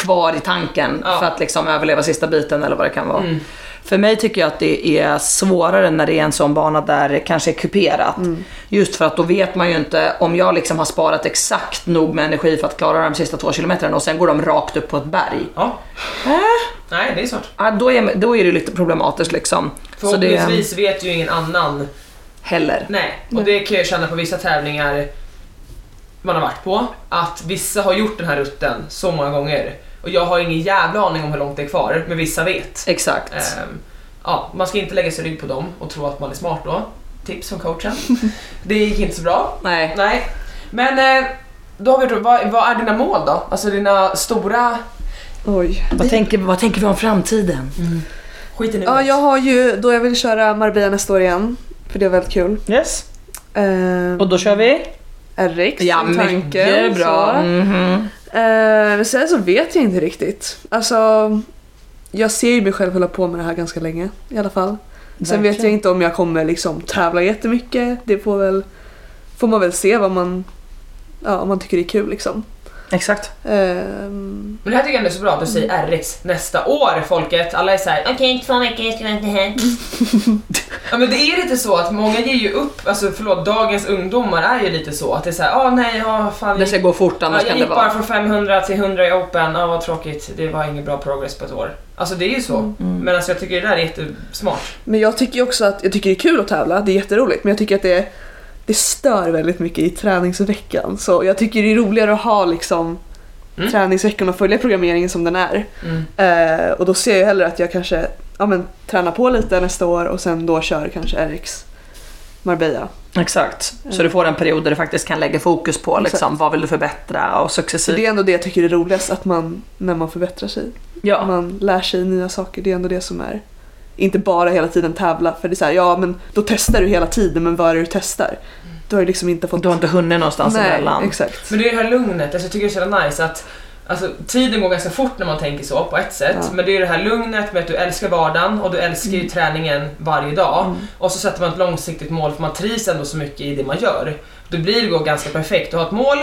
kvar i tanken Ja. för att liksom överleva sista biten eller vad det kan vara. Mm. För mig tycker jag att det är svårare när det är en sån bana där det kanske är kuperat. Mm. Just för att då vet man ju inte om jag liksom har sparat exakt nog med energi för att klara de sista två kilometerna och sen går de rakt upp på ett berg. Ja. Äh? Nej, det är svårt. Ja, då, är, då är det lite problematiskt liksom. Så det Förhoppningsvis vet ju ingen annan heller. Nej, och det kan jag känna på vissa tävlingar man har varit på, att vissa har gjort den här rutten så många gånger och jag har ingen jävla aning om hur långt det är kvar, men vissa vet. Exakt. Ehm, ja, man ska inte lägga sig rygg på dem och tro att man är smart då. Tips från coachen. Det gick inte så bra. Nej. Nej. Men eh, då har vi, vad, vad är dina mål då? Alltså dina stora... Oj. Vad tänker, vad tänker vi om framtiden? Mm. Skiten i Ja, oss. jag har ju, då jag vill köra Marbella nästa år igen. För det är väldigt kul. Yes. Uh, Och då kör vi? R X Ja, som tanken, mycket bra. så. Mhm. Eh, Men sen så vet jag inte riktigt. Alltså, jag ser ju mig själv hålla på med det här ganska länge i alla fall. Sen vet jag inte om jag kommer liksom tävla jättemycket. Det får väl får man väl se vad man ja, om man tycker det är kul liksom. Exakt. Ehm, Men det här tycker jag ändå är så bra att du säger R X nästa år, folket. Alla är så här: okej, okay, två veckor ska jag inte här. Ja, men det är lite så att många ger ju upp, alltså förlåt, dagens ungdomar är ju lite så att det är så här: ah nej, ja fan. Det ska gå fort, annars ja, kan jag det gick bara vara. från femhundra till hundra i Open, ja vad tråkigt, det var ingen bra progress på ett år. Alltså det är ju så, Mm. men alltså jag tycker det där är jättesmart. Men jag tycker ju också att jag tycker det är kul att tävla, det är jätteroligt, men jag tycker att det, det stör väldigt mycket i träningsveckan. Så jag tycker det är roligare att ha liksom Mm. träningsveckan och följa programmeringen som den är. Mm. Eh, och då ser jag hellre att jag kanske ja, men, tränar på lite nästa år och sen då kör kanske R X Marbella. Exakt. Så du får en period där du faktiskt kan lägga fokus på liksom, Exakt. vad vill du förbättra och Så successivt. det är ändå det jag tycker är roligast, att man, när man förbättrar sig. Ja. Man lär sig nya saker, det är ändå det som är. Inte bara hela tiden tävla, för det är så här, ja men då testar du hela tiden, men vad är det du testar? Du har ju liksom inte fått... Du har inte hunnit någonstans Nej, emellan. exakt. Men det är det här lugnet, alltså jag tycker det är så nice att alltså, tiden går ganska fort när man tänker så på ett sätt, Ja. men det är det här lugnet med att du älskar vardagen och du älskar ju träningen varje dag, Mm. och så sätter man ett långsiktigt mål för man trivs ändå så mycket i det man gör. Då blir det gå ganska perfekt att ha ett mål,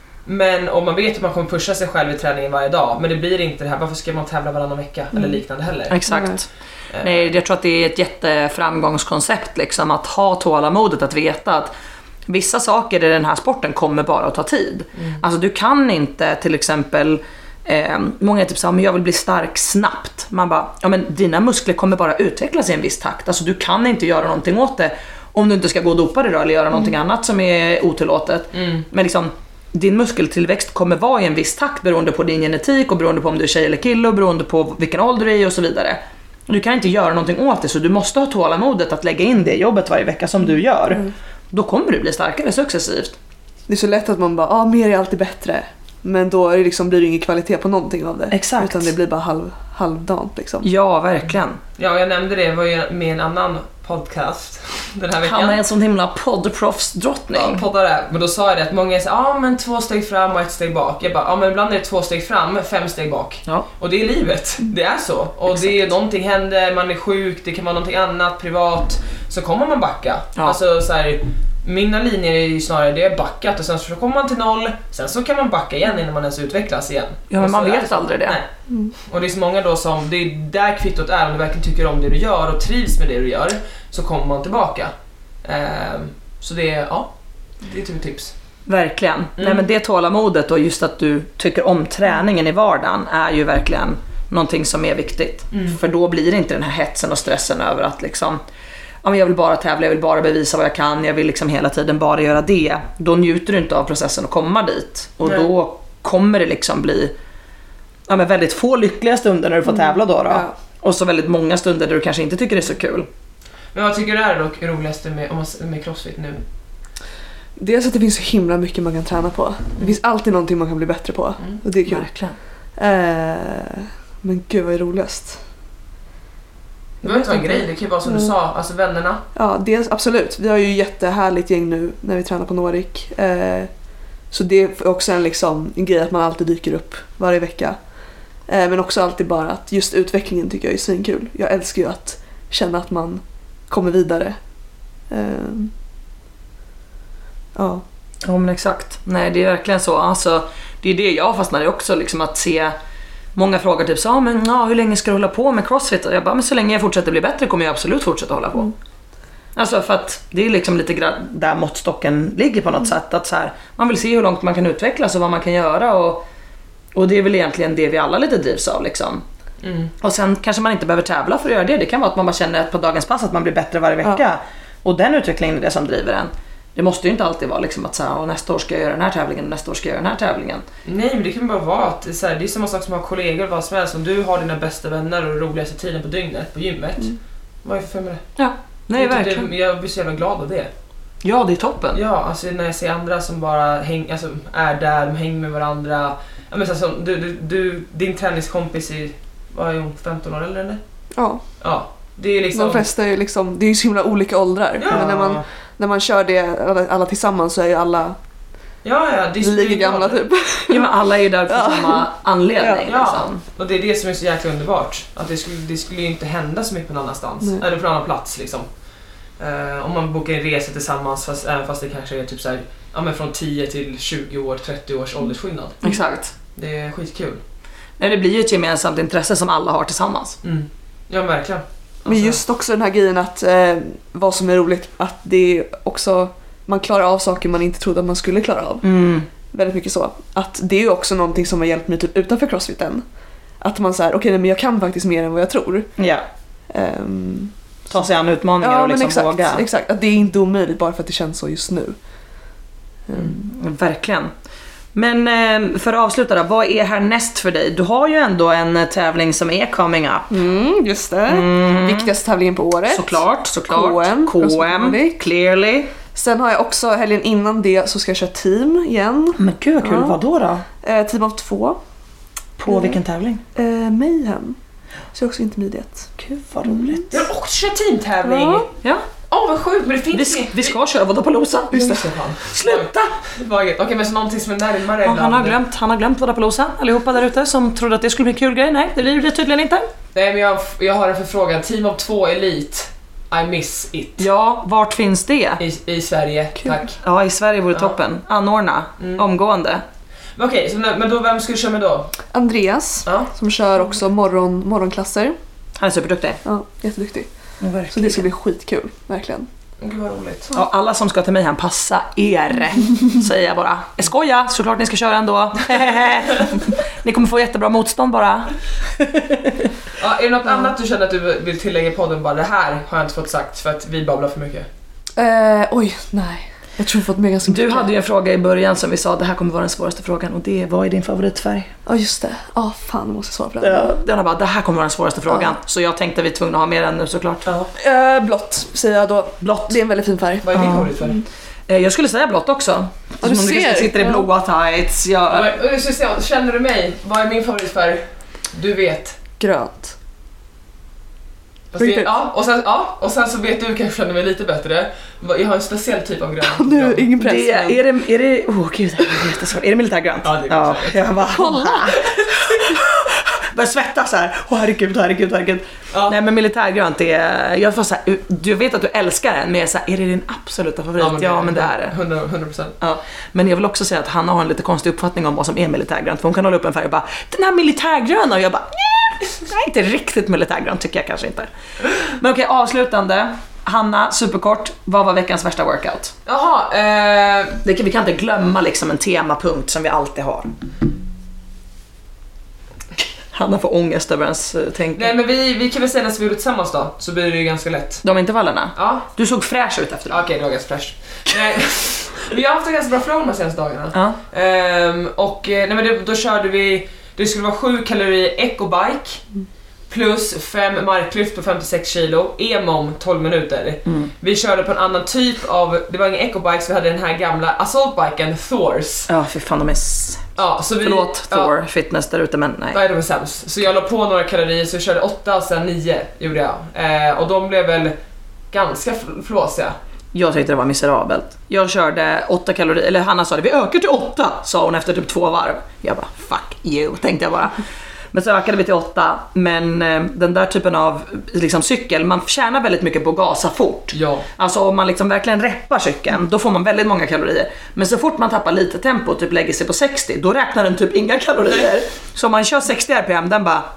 men om man vet att man kommer pusha sig själv i träningen varje dag, men det blir inte det här, varför ska man tävla varannan vecka eller liknande heller? Exakt. Eh, Nej, jag tror att det är ett jätteframgångskoncept liksom, att ha tålamodet att veta att vissa saker i den här sporten kommer bara att ta tid. Mm. Alltså du kan inte till exempel eh, många är typ så här, men jag vill bli stark snabbt. Man bara, ja men dina muskler kommer bara utvecklas i en viss takt. Alltså du kan inte göra någonting åt det om du inte ska gå och dopa dig då, eller göra någonting annat som är otillåtet. Mm. Men liksom din muskeltillväxt kommer vara i en viss takt beroende på din genetik och beroende på om du är tjej eller kille och beroende på vilken ålder du är och så vidare. Du kan inte göra någonting åt det, så du måste ha tålamodet att lägga in det jobbet varje vecka som du gör. Mm. Då kommer du bli starkare successivt. Det är så lätt att man bara, ja ah, mer är alltid bättre. Men då är det liksom, blir det ingen kvalitet på någonting av det. Exakt. Utan det blir bara halv, halvdant liksom. Ja, verkligen. Ja, jag nämnde det, jag var ju med en annan podcast den här veckan. Han är en sån himla poddproffsdrottning. Ja, poddare. Men då sa jag det att många säger ja ah, men två steg fram och ett steg bak. Jag bara, ja ah, men ibland är det två steg fram, fem steg bak. Ja. Och det är livet, det är så. Och Exakt. det är någonting händer, man är sjuk, det kan vara någonting annat privat, så kommer man backa. Ja. Alltså så här, mina linjer är ju snarare det är backat och sen så kommer man till noll, sen så kan man backa igen innan man ens utvecklas igen. Ja, men Och så man är vet så. aldrig det. Nej. Mm. Och det är så många då som, det är där kvittot är, om du verkligen tycker om det du gör och trivs med det du gör, så kommer man tillbaka. Ehm, så det är, ja, det är typ ett tips. Verkligen. Mm. Nej, men det tålamodet och just att du tycker om träningen i vardagen är ju verkligen någonting som är viktigt. Mm. För då blir det inte den här hetsen och stressen över att liksom, ja, men jag vill bara tävla, jag vill bara bevisa vad jag kan, jag vill liksom hela tiden bara göra det. Då njuter du inte av processen att komma dit. Och Nej. då kommer det liksom bli ja, men väldigt få lyckliga stunder när du får tävla då. då. Ja. Och så väldigt många stunder där du kanske inte tycker det är så kul. Men vad tycker du är dock roligaste med, om man, med crossfit nu? Dels att det finns så himla mycket man kan träna på. Det finns alltid någonting man kan bli bättre på. Mm. Och det är kul. Verkligen. Eh, men gud vad är roligast? Det var inte en grej, det kan ju vara som du Mm. sa, alltså vännerna. Ja, dels absolut. Vi har ju jättehärligt gäng nu när vi tränar på Norik. Eh, så det är också en, liksom, en grej att man alltid dyker upp varje vecka. Eh, men också alltid bara att just utvecklingen tycker jag är svinkul. Jag älskar ju att känna att man kommer vidare. Eh, ja. Ja men exakt. Nej det är verkligen så. Alltså, det är det jag fastnar i också. Liksom att se Många frågar typ så, men ja, hur länge ska du hålla på med CrossFit? Och jag bara, men så länge jag fortsätter bli bättre kommer jag absolut fortsätta hålla på. Mm. Alltså för att det är liksom lite grann där måttstocken ligger på något mm. sätt. Att så här, man vill se hur långt man kan utvecklas och vad man kan göra. Och, och det är väl egentligen det vi alla lite drivs av liksom. Mm. Och sen kanske man inte behöver tävla för att göra det. Det kan vara att man bara känner på dagens pass att man blir bättre varje vecka. Ja. Och den utvecklingen är det som driver en. Det måste ju inte alltid vara liksom att så här, nästa år ska jag göra den här tävlingen, nästa år ska jag göra den här tävlingen. Nej, men det kan bara vara att det är, så här, det är samma sak som att ha kollegor, vad som helst. Om du har dina bästa vänner och roligaste tiden på dygnet på gymmet, mm. vad är det för med det? Ja, nej verkligen. Det, jag blir så jävla glad av det. Ja, det är toppen. Ja, alltså när jag ser andra som bara häng, alltså, är där, de hänger med varandra. Ja, men så, alltså, du, du, du, din träningskompis är, vad är hon, femton år eller eller? Ja. Ja. Det är liksom... De flesta är ju liksom, det är ju så himla olika åldrar. Ja. Men när man, när man kör det alla, alla tillsammans så är ju alla ja, ja, det är lika gamla typ. Ja, men alla är ju där för ja. samma anledning. Ja. Liksom. Och det är det som är så jäkla underbart. Att det skulle, det skulle ju inte hända så mycket på någon annanstans. Nej. Eller på en annan plats liksom. Uh, om man bokar en resa tillsammans fast, även fast det kanske är typ så här, ja, men från tio till tjugo år, trettio års åldersskillnad. Mm. Exakt. Det är skitkul. Nej, det blir ju ett gemensamt intresse som alla har tillsammans. Mm. Ja, verkligen. Alltså. Men just också den här grejen att eh, vad som är roligt, att det är också, man klarar av saker man inte trodde att man skulle klara av. Mm. Väldigt mycket så. Att det är ju också någonting som har hjälpt mig typ utanför CrossFiten. Att man säger, okej, okay, men jag kan faktiskt mer än vad jag tror. Ja. Um, Ta sig an utmaningar ja, och liksom exakt, våga. Exakt, att det är inte omöjligt bara för att det känns så just nu. Um. Mm, verkligen. Men eh, för att avsluta då, vad är härnäst för dig? Du har ju ändå en tävling som är coming up. Mm, just det. Mm. Viktigaste tävlingen på året. Såklart, såklart. K M, K M, clearly. Sen har jag också helgen innan det så ska jag köra team igen. Men gud vad kul, ja. Vad då då? Eh, team av två. På mm. vilken tävling? Eh, Mayhem. Så jag är också intermediate. Gud vad roligt. Jag har också kört teamtävling. Ja. Ja. Åh, oh, vad sjukt, men det finns vi, vi ska köra Vodapalooza. Just det. Sluta! Okej, okay, men så någonting som är närmare. Ja, han har glömt, han har glömt Vodapalooza. Allihopa där ute som trodde att det skulle bli en kul grej. Nej, det blir det tydligen inte. Nej, men jag, jag har en förfrågan. Team av två Elite. I miss it. Ja, vart finns det? I, i Sverige, kul. Tack. Ja, i Sverige vore ja. toppen. Anordna, mm. omgående. Men okej, så, men då, vem ska du köra med då? Andreas, ja. som kör också morgon, morgonklasser. Han är superduktig. Ja, jätteduktig. Ja, så det ska bli skitkul, verkligen. Gud vad roligt. Ja, alla som ska till mig han passa er, säger jag bara. Jag skojar, såklart ni ska köra ändå. Ni kommer få jättebra motstånd bara. Ja, är det något ja. annat du känner att du vill tillägga i podden? Bara det här har jag inte fått sagt för att vi babblar för mycket. Eh, oj, nej. Jag tror jag fått med ganska mycket. Du hade ju en fråga i början som vi sa, det här kommer vara den svåraste frågan. Och det är, vad är din favoritfärg? Ja, just det. Ja, oh, fan, jag måste svara på den. Ja, den bara, det här kommer vara den svåraste frågan. Ja. Så jag tänkte vi är tvungna att ha med den nu såklart. Ja. Eh, blått, säger jag då. Blått. Det är en väldigt fin färg. Vad är din ja. favoritfärg? Mm. Eh, jag skulle säga blått också. Ja, du som ser. Du sitter i blåa tights. Jag... Ja, känner du mig? Vad är min favoritfärg? Du vet. Grönt. Det, ja, och sen, ja, och sen så vet du kanske känner mig lite bättre. Jag har en speciell typ av grön. Nu, ingen press. Det, är det, är det, åh oh, gud, det är jättesvårt. Är det militärgrönt? Ja, det är ja, jag bara, kolla! Börjar svettas så här. Åh oh, herregud, herregud, herregud. Ja. Nej, men militärgrönt är, jag får så här, du vet att du älskar den, men så här, är det din absoluta favorit? Ja, men det, ja, men det är det. hundra procent. Ja. Men jag vill också säga att Hanna har en lite konstig uppfattning om vad som är militärgrönt. För hon kan hålla upp en färg och bara, den här militärgröna, och jag bara, nej, inte riktigt militärgrönt tycker jag kanske inte. Men okej, avslutande. Hanna, superkort, vad var veckans värsta workout? Jaha, eh... det kan, vi kan inte glömma liksom en temapunkt som vi alltid har. Hanna får ångest över ens uh, tänk. Nej, men vi, vi kan väl säga när vi gjorde tillsammans då, så blir det ju ganska lätt. De intervallerna? Ja. Du såg fräsch ut efter det. Okej, okay, det var ganska fräsch. Nej, vi har haft en ganska bra flow de senaste dagarna. Ja. Um, och nej, men det, då körde vi, det skulle vara sju kalorier ecobike plus fem marklyft på femtiosex kilo, E M O M tolv minuter. Mm. Vi körde på en annan typ av, det var ingen ecobikes, vi hade den här gamla assaultbiken Thors. Ja, för fan de är s- ja, så vi, förlåt Thor ja. Fitness där ute, men nej. Nej, de är sämst. Så jag la på några kalorier, så jag körde åtta och sen nio gjorde jag. Eh, och de blev väl ganska flåsiga. Jag tyckte det var miserabelt. Jag körde åtta kalorier, eller Hanna sa det, vi ökar till åtta, sa hon efter typ två varv. Jag bara, fuck you, tänkte jag bara. Men så ökade vi till åtta. Men eh, den där typen av liksom, cykel, man tjänar väldigt mycket på att gasa fort. Ja. Alltså om man liksom verkligen reppar cykeln, då får man väldigt många kalorier. Men så fort man tappar lite tempo och typ lägger sig på sextio, då räknar den typ inga kalorier. Så om man kör sextio R P M, den bara...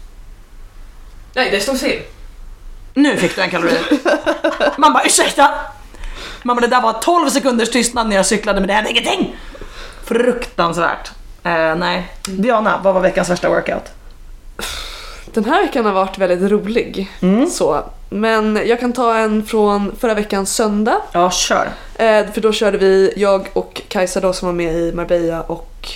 Nej, det stod still. Nu fick du en kalori. Man bara, ursäkta. Man bara, det där var tolv sekunders tystnad när jag cyklade, men det hände ingenting. Fruktansvärt. Eh, nej. Diana, vad var veckans värsta workout? Den här veckan har varit väldigt rolig. Mm. Så. Men jag kan ta en från förra veckans söndag. Ja, kör. Eh, för då körde vi, jag och Kajsa då som var med i Marbella och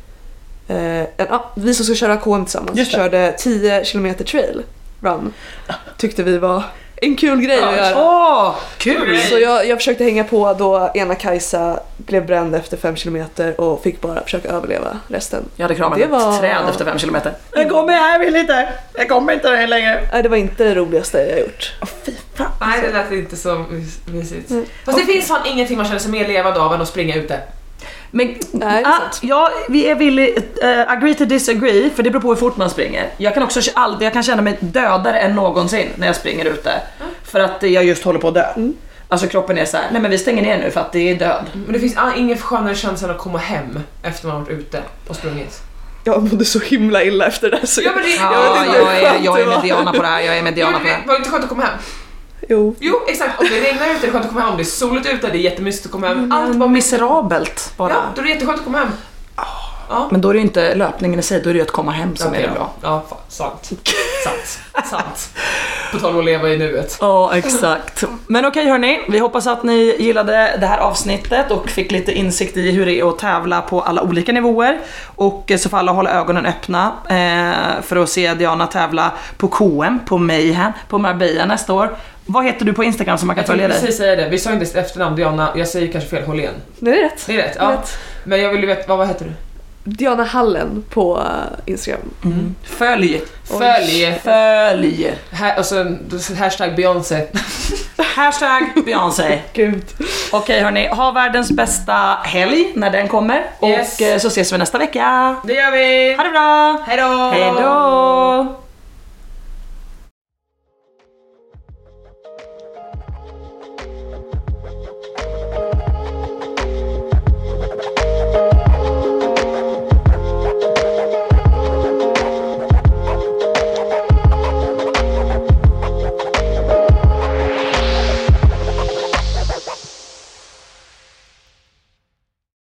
eh, en, ah, vi som ska köra K M tillsammans körde tio kilometer trail run. Tyckte vi var en kul grej att göra. Åh, kul! Så jag, jag försökte hänga på då ena Kajsa blev bränd efter fem kilometer och fick bara försöka överleva resten. Jag hade kramat Det ett var- träd efter fem kilometer. Jag kommer här, jag vill inte. Jag kommer inte här längre. Nej, det var inte det roligaste jag gjort. Åh, fy fan. Nej, det lät inte så mys- mysigt. Mm. Fast det finns fan ingenting man känner sig mer levande av än att springa ute. Men Nej, det är ah, sant. ja, vi är villiga uh, agree to disagree, för det beror på hur fort man springer. Jag kan också aldrig, jag kan känna mig dödare än någonsin när jag springer ute. Mm. För att jag just håller på att dö. Mm. Alltså kroppen är så här, nej men vi stänger ner nu för att det är död. Men det finns ah, ingen skönare känsla än att komma hem efter man har varit ute och sprungit. Jag mådde så himla illa efter det. Så Ja, men det, Ja, jag vet inte jag, hur är, skönt jag det är var. med Diana på det här, jag är med ja, Diana men på det det här. var inte skönt att komma hem. Jo. Jo, exakt. Om det regnar ute är det skönt att komma hem. Om det är soligt ute är det jättemysigt att komma hem. Allt Allt var miserabelt bara. Ja, då är det jätteskönt att komma hem. Ja. Men då är det inte löpningen i sig, då är det ju att komma hem som Okej är det då. bra. Ja, fan, sant. Sant. Sant. På tal om att leva i nuet. Ja, exakt. Men okej hörni, vi hoppas att ni gillade det här avsnittet och fick lite insikt i hur det är att tävla på alla olika nivåer. Och så får alla hålla ögonen öppna eh, för att se Diana tävla på K M, på Mayhem, på Marbella nästa år. Vad heter du på Instagram som man kan Jag följa tänkte dig? precis säga det. Vi sa inte efternamn, Diana. Jag säger kanske fel, Hållén. Det är rätt. Det är rätt, Det är ja. rätt. Men jag vill ju veta, vad, vad heter du? Diana Hallen på uh, Instagram. Mm. Följ. Följ. Följ. Här, och så hashtag Beyoncé. Hashtag Beyoncé. Gud. Okej hörni, ha världens bästa helg när den kommer. Yes. Och eh, så ses vi nästa vecka. Det gör vi! Ha det bra! Hej då! Hej då!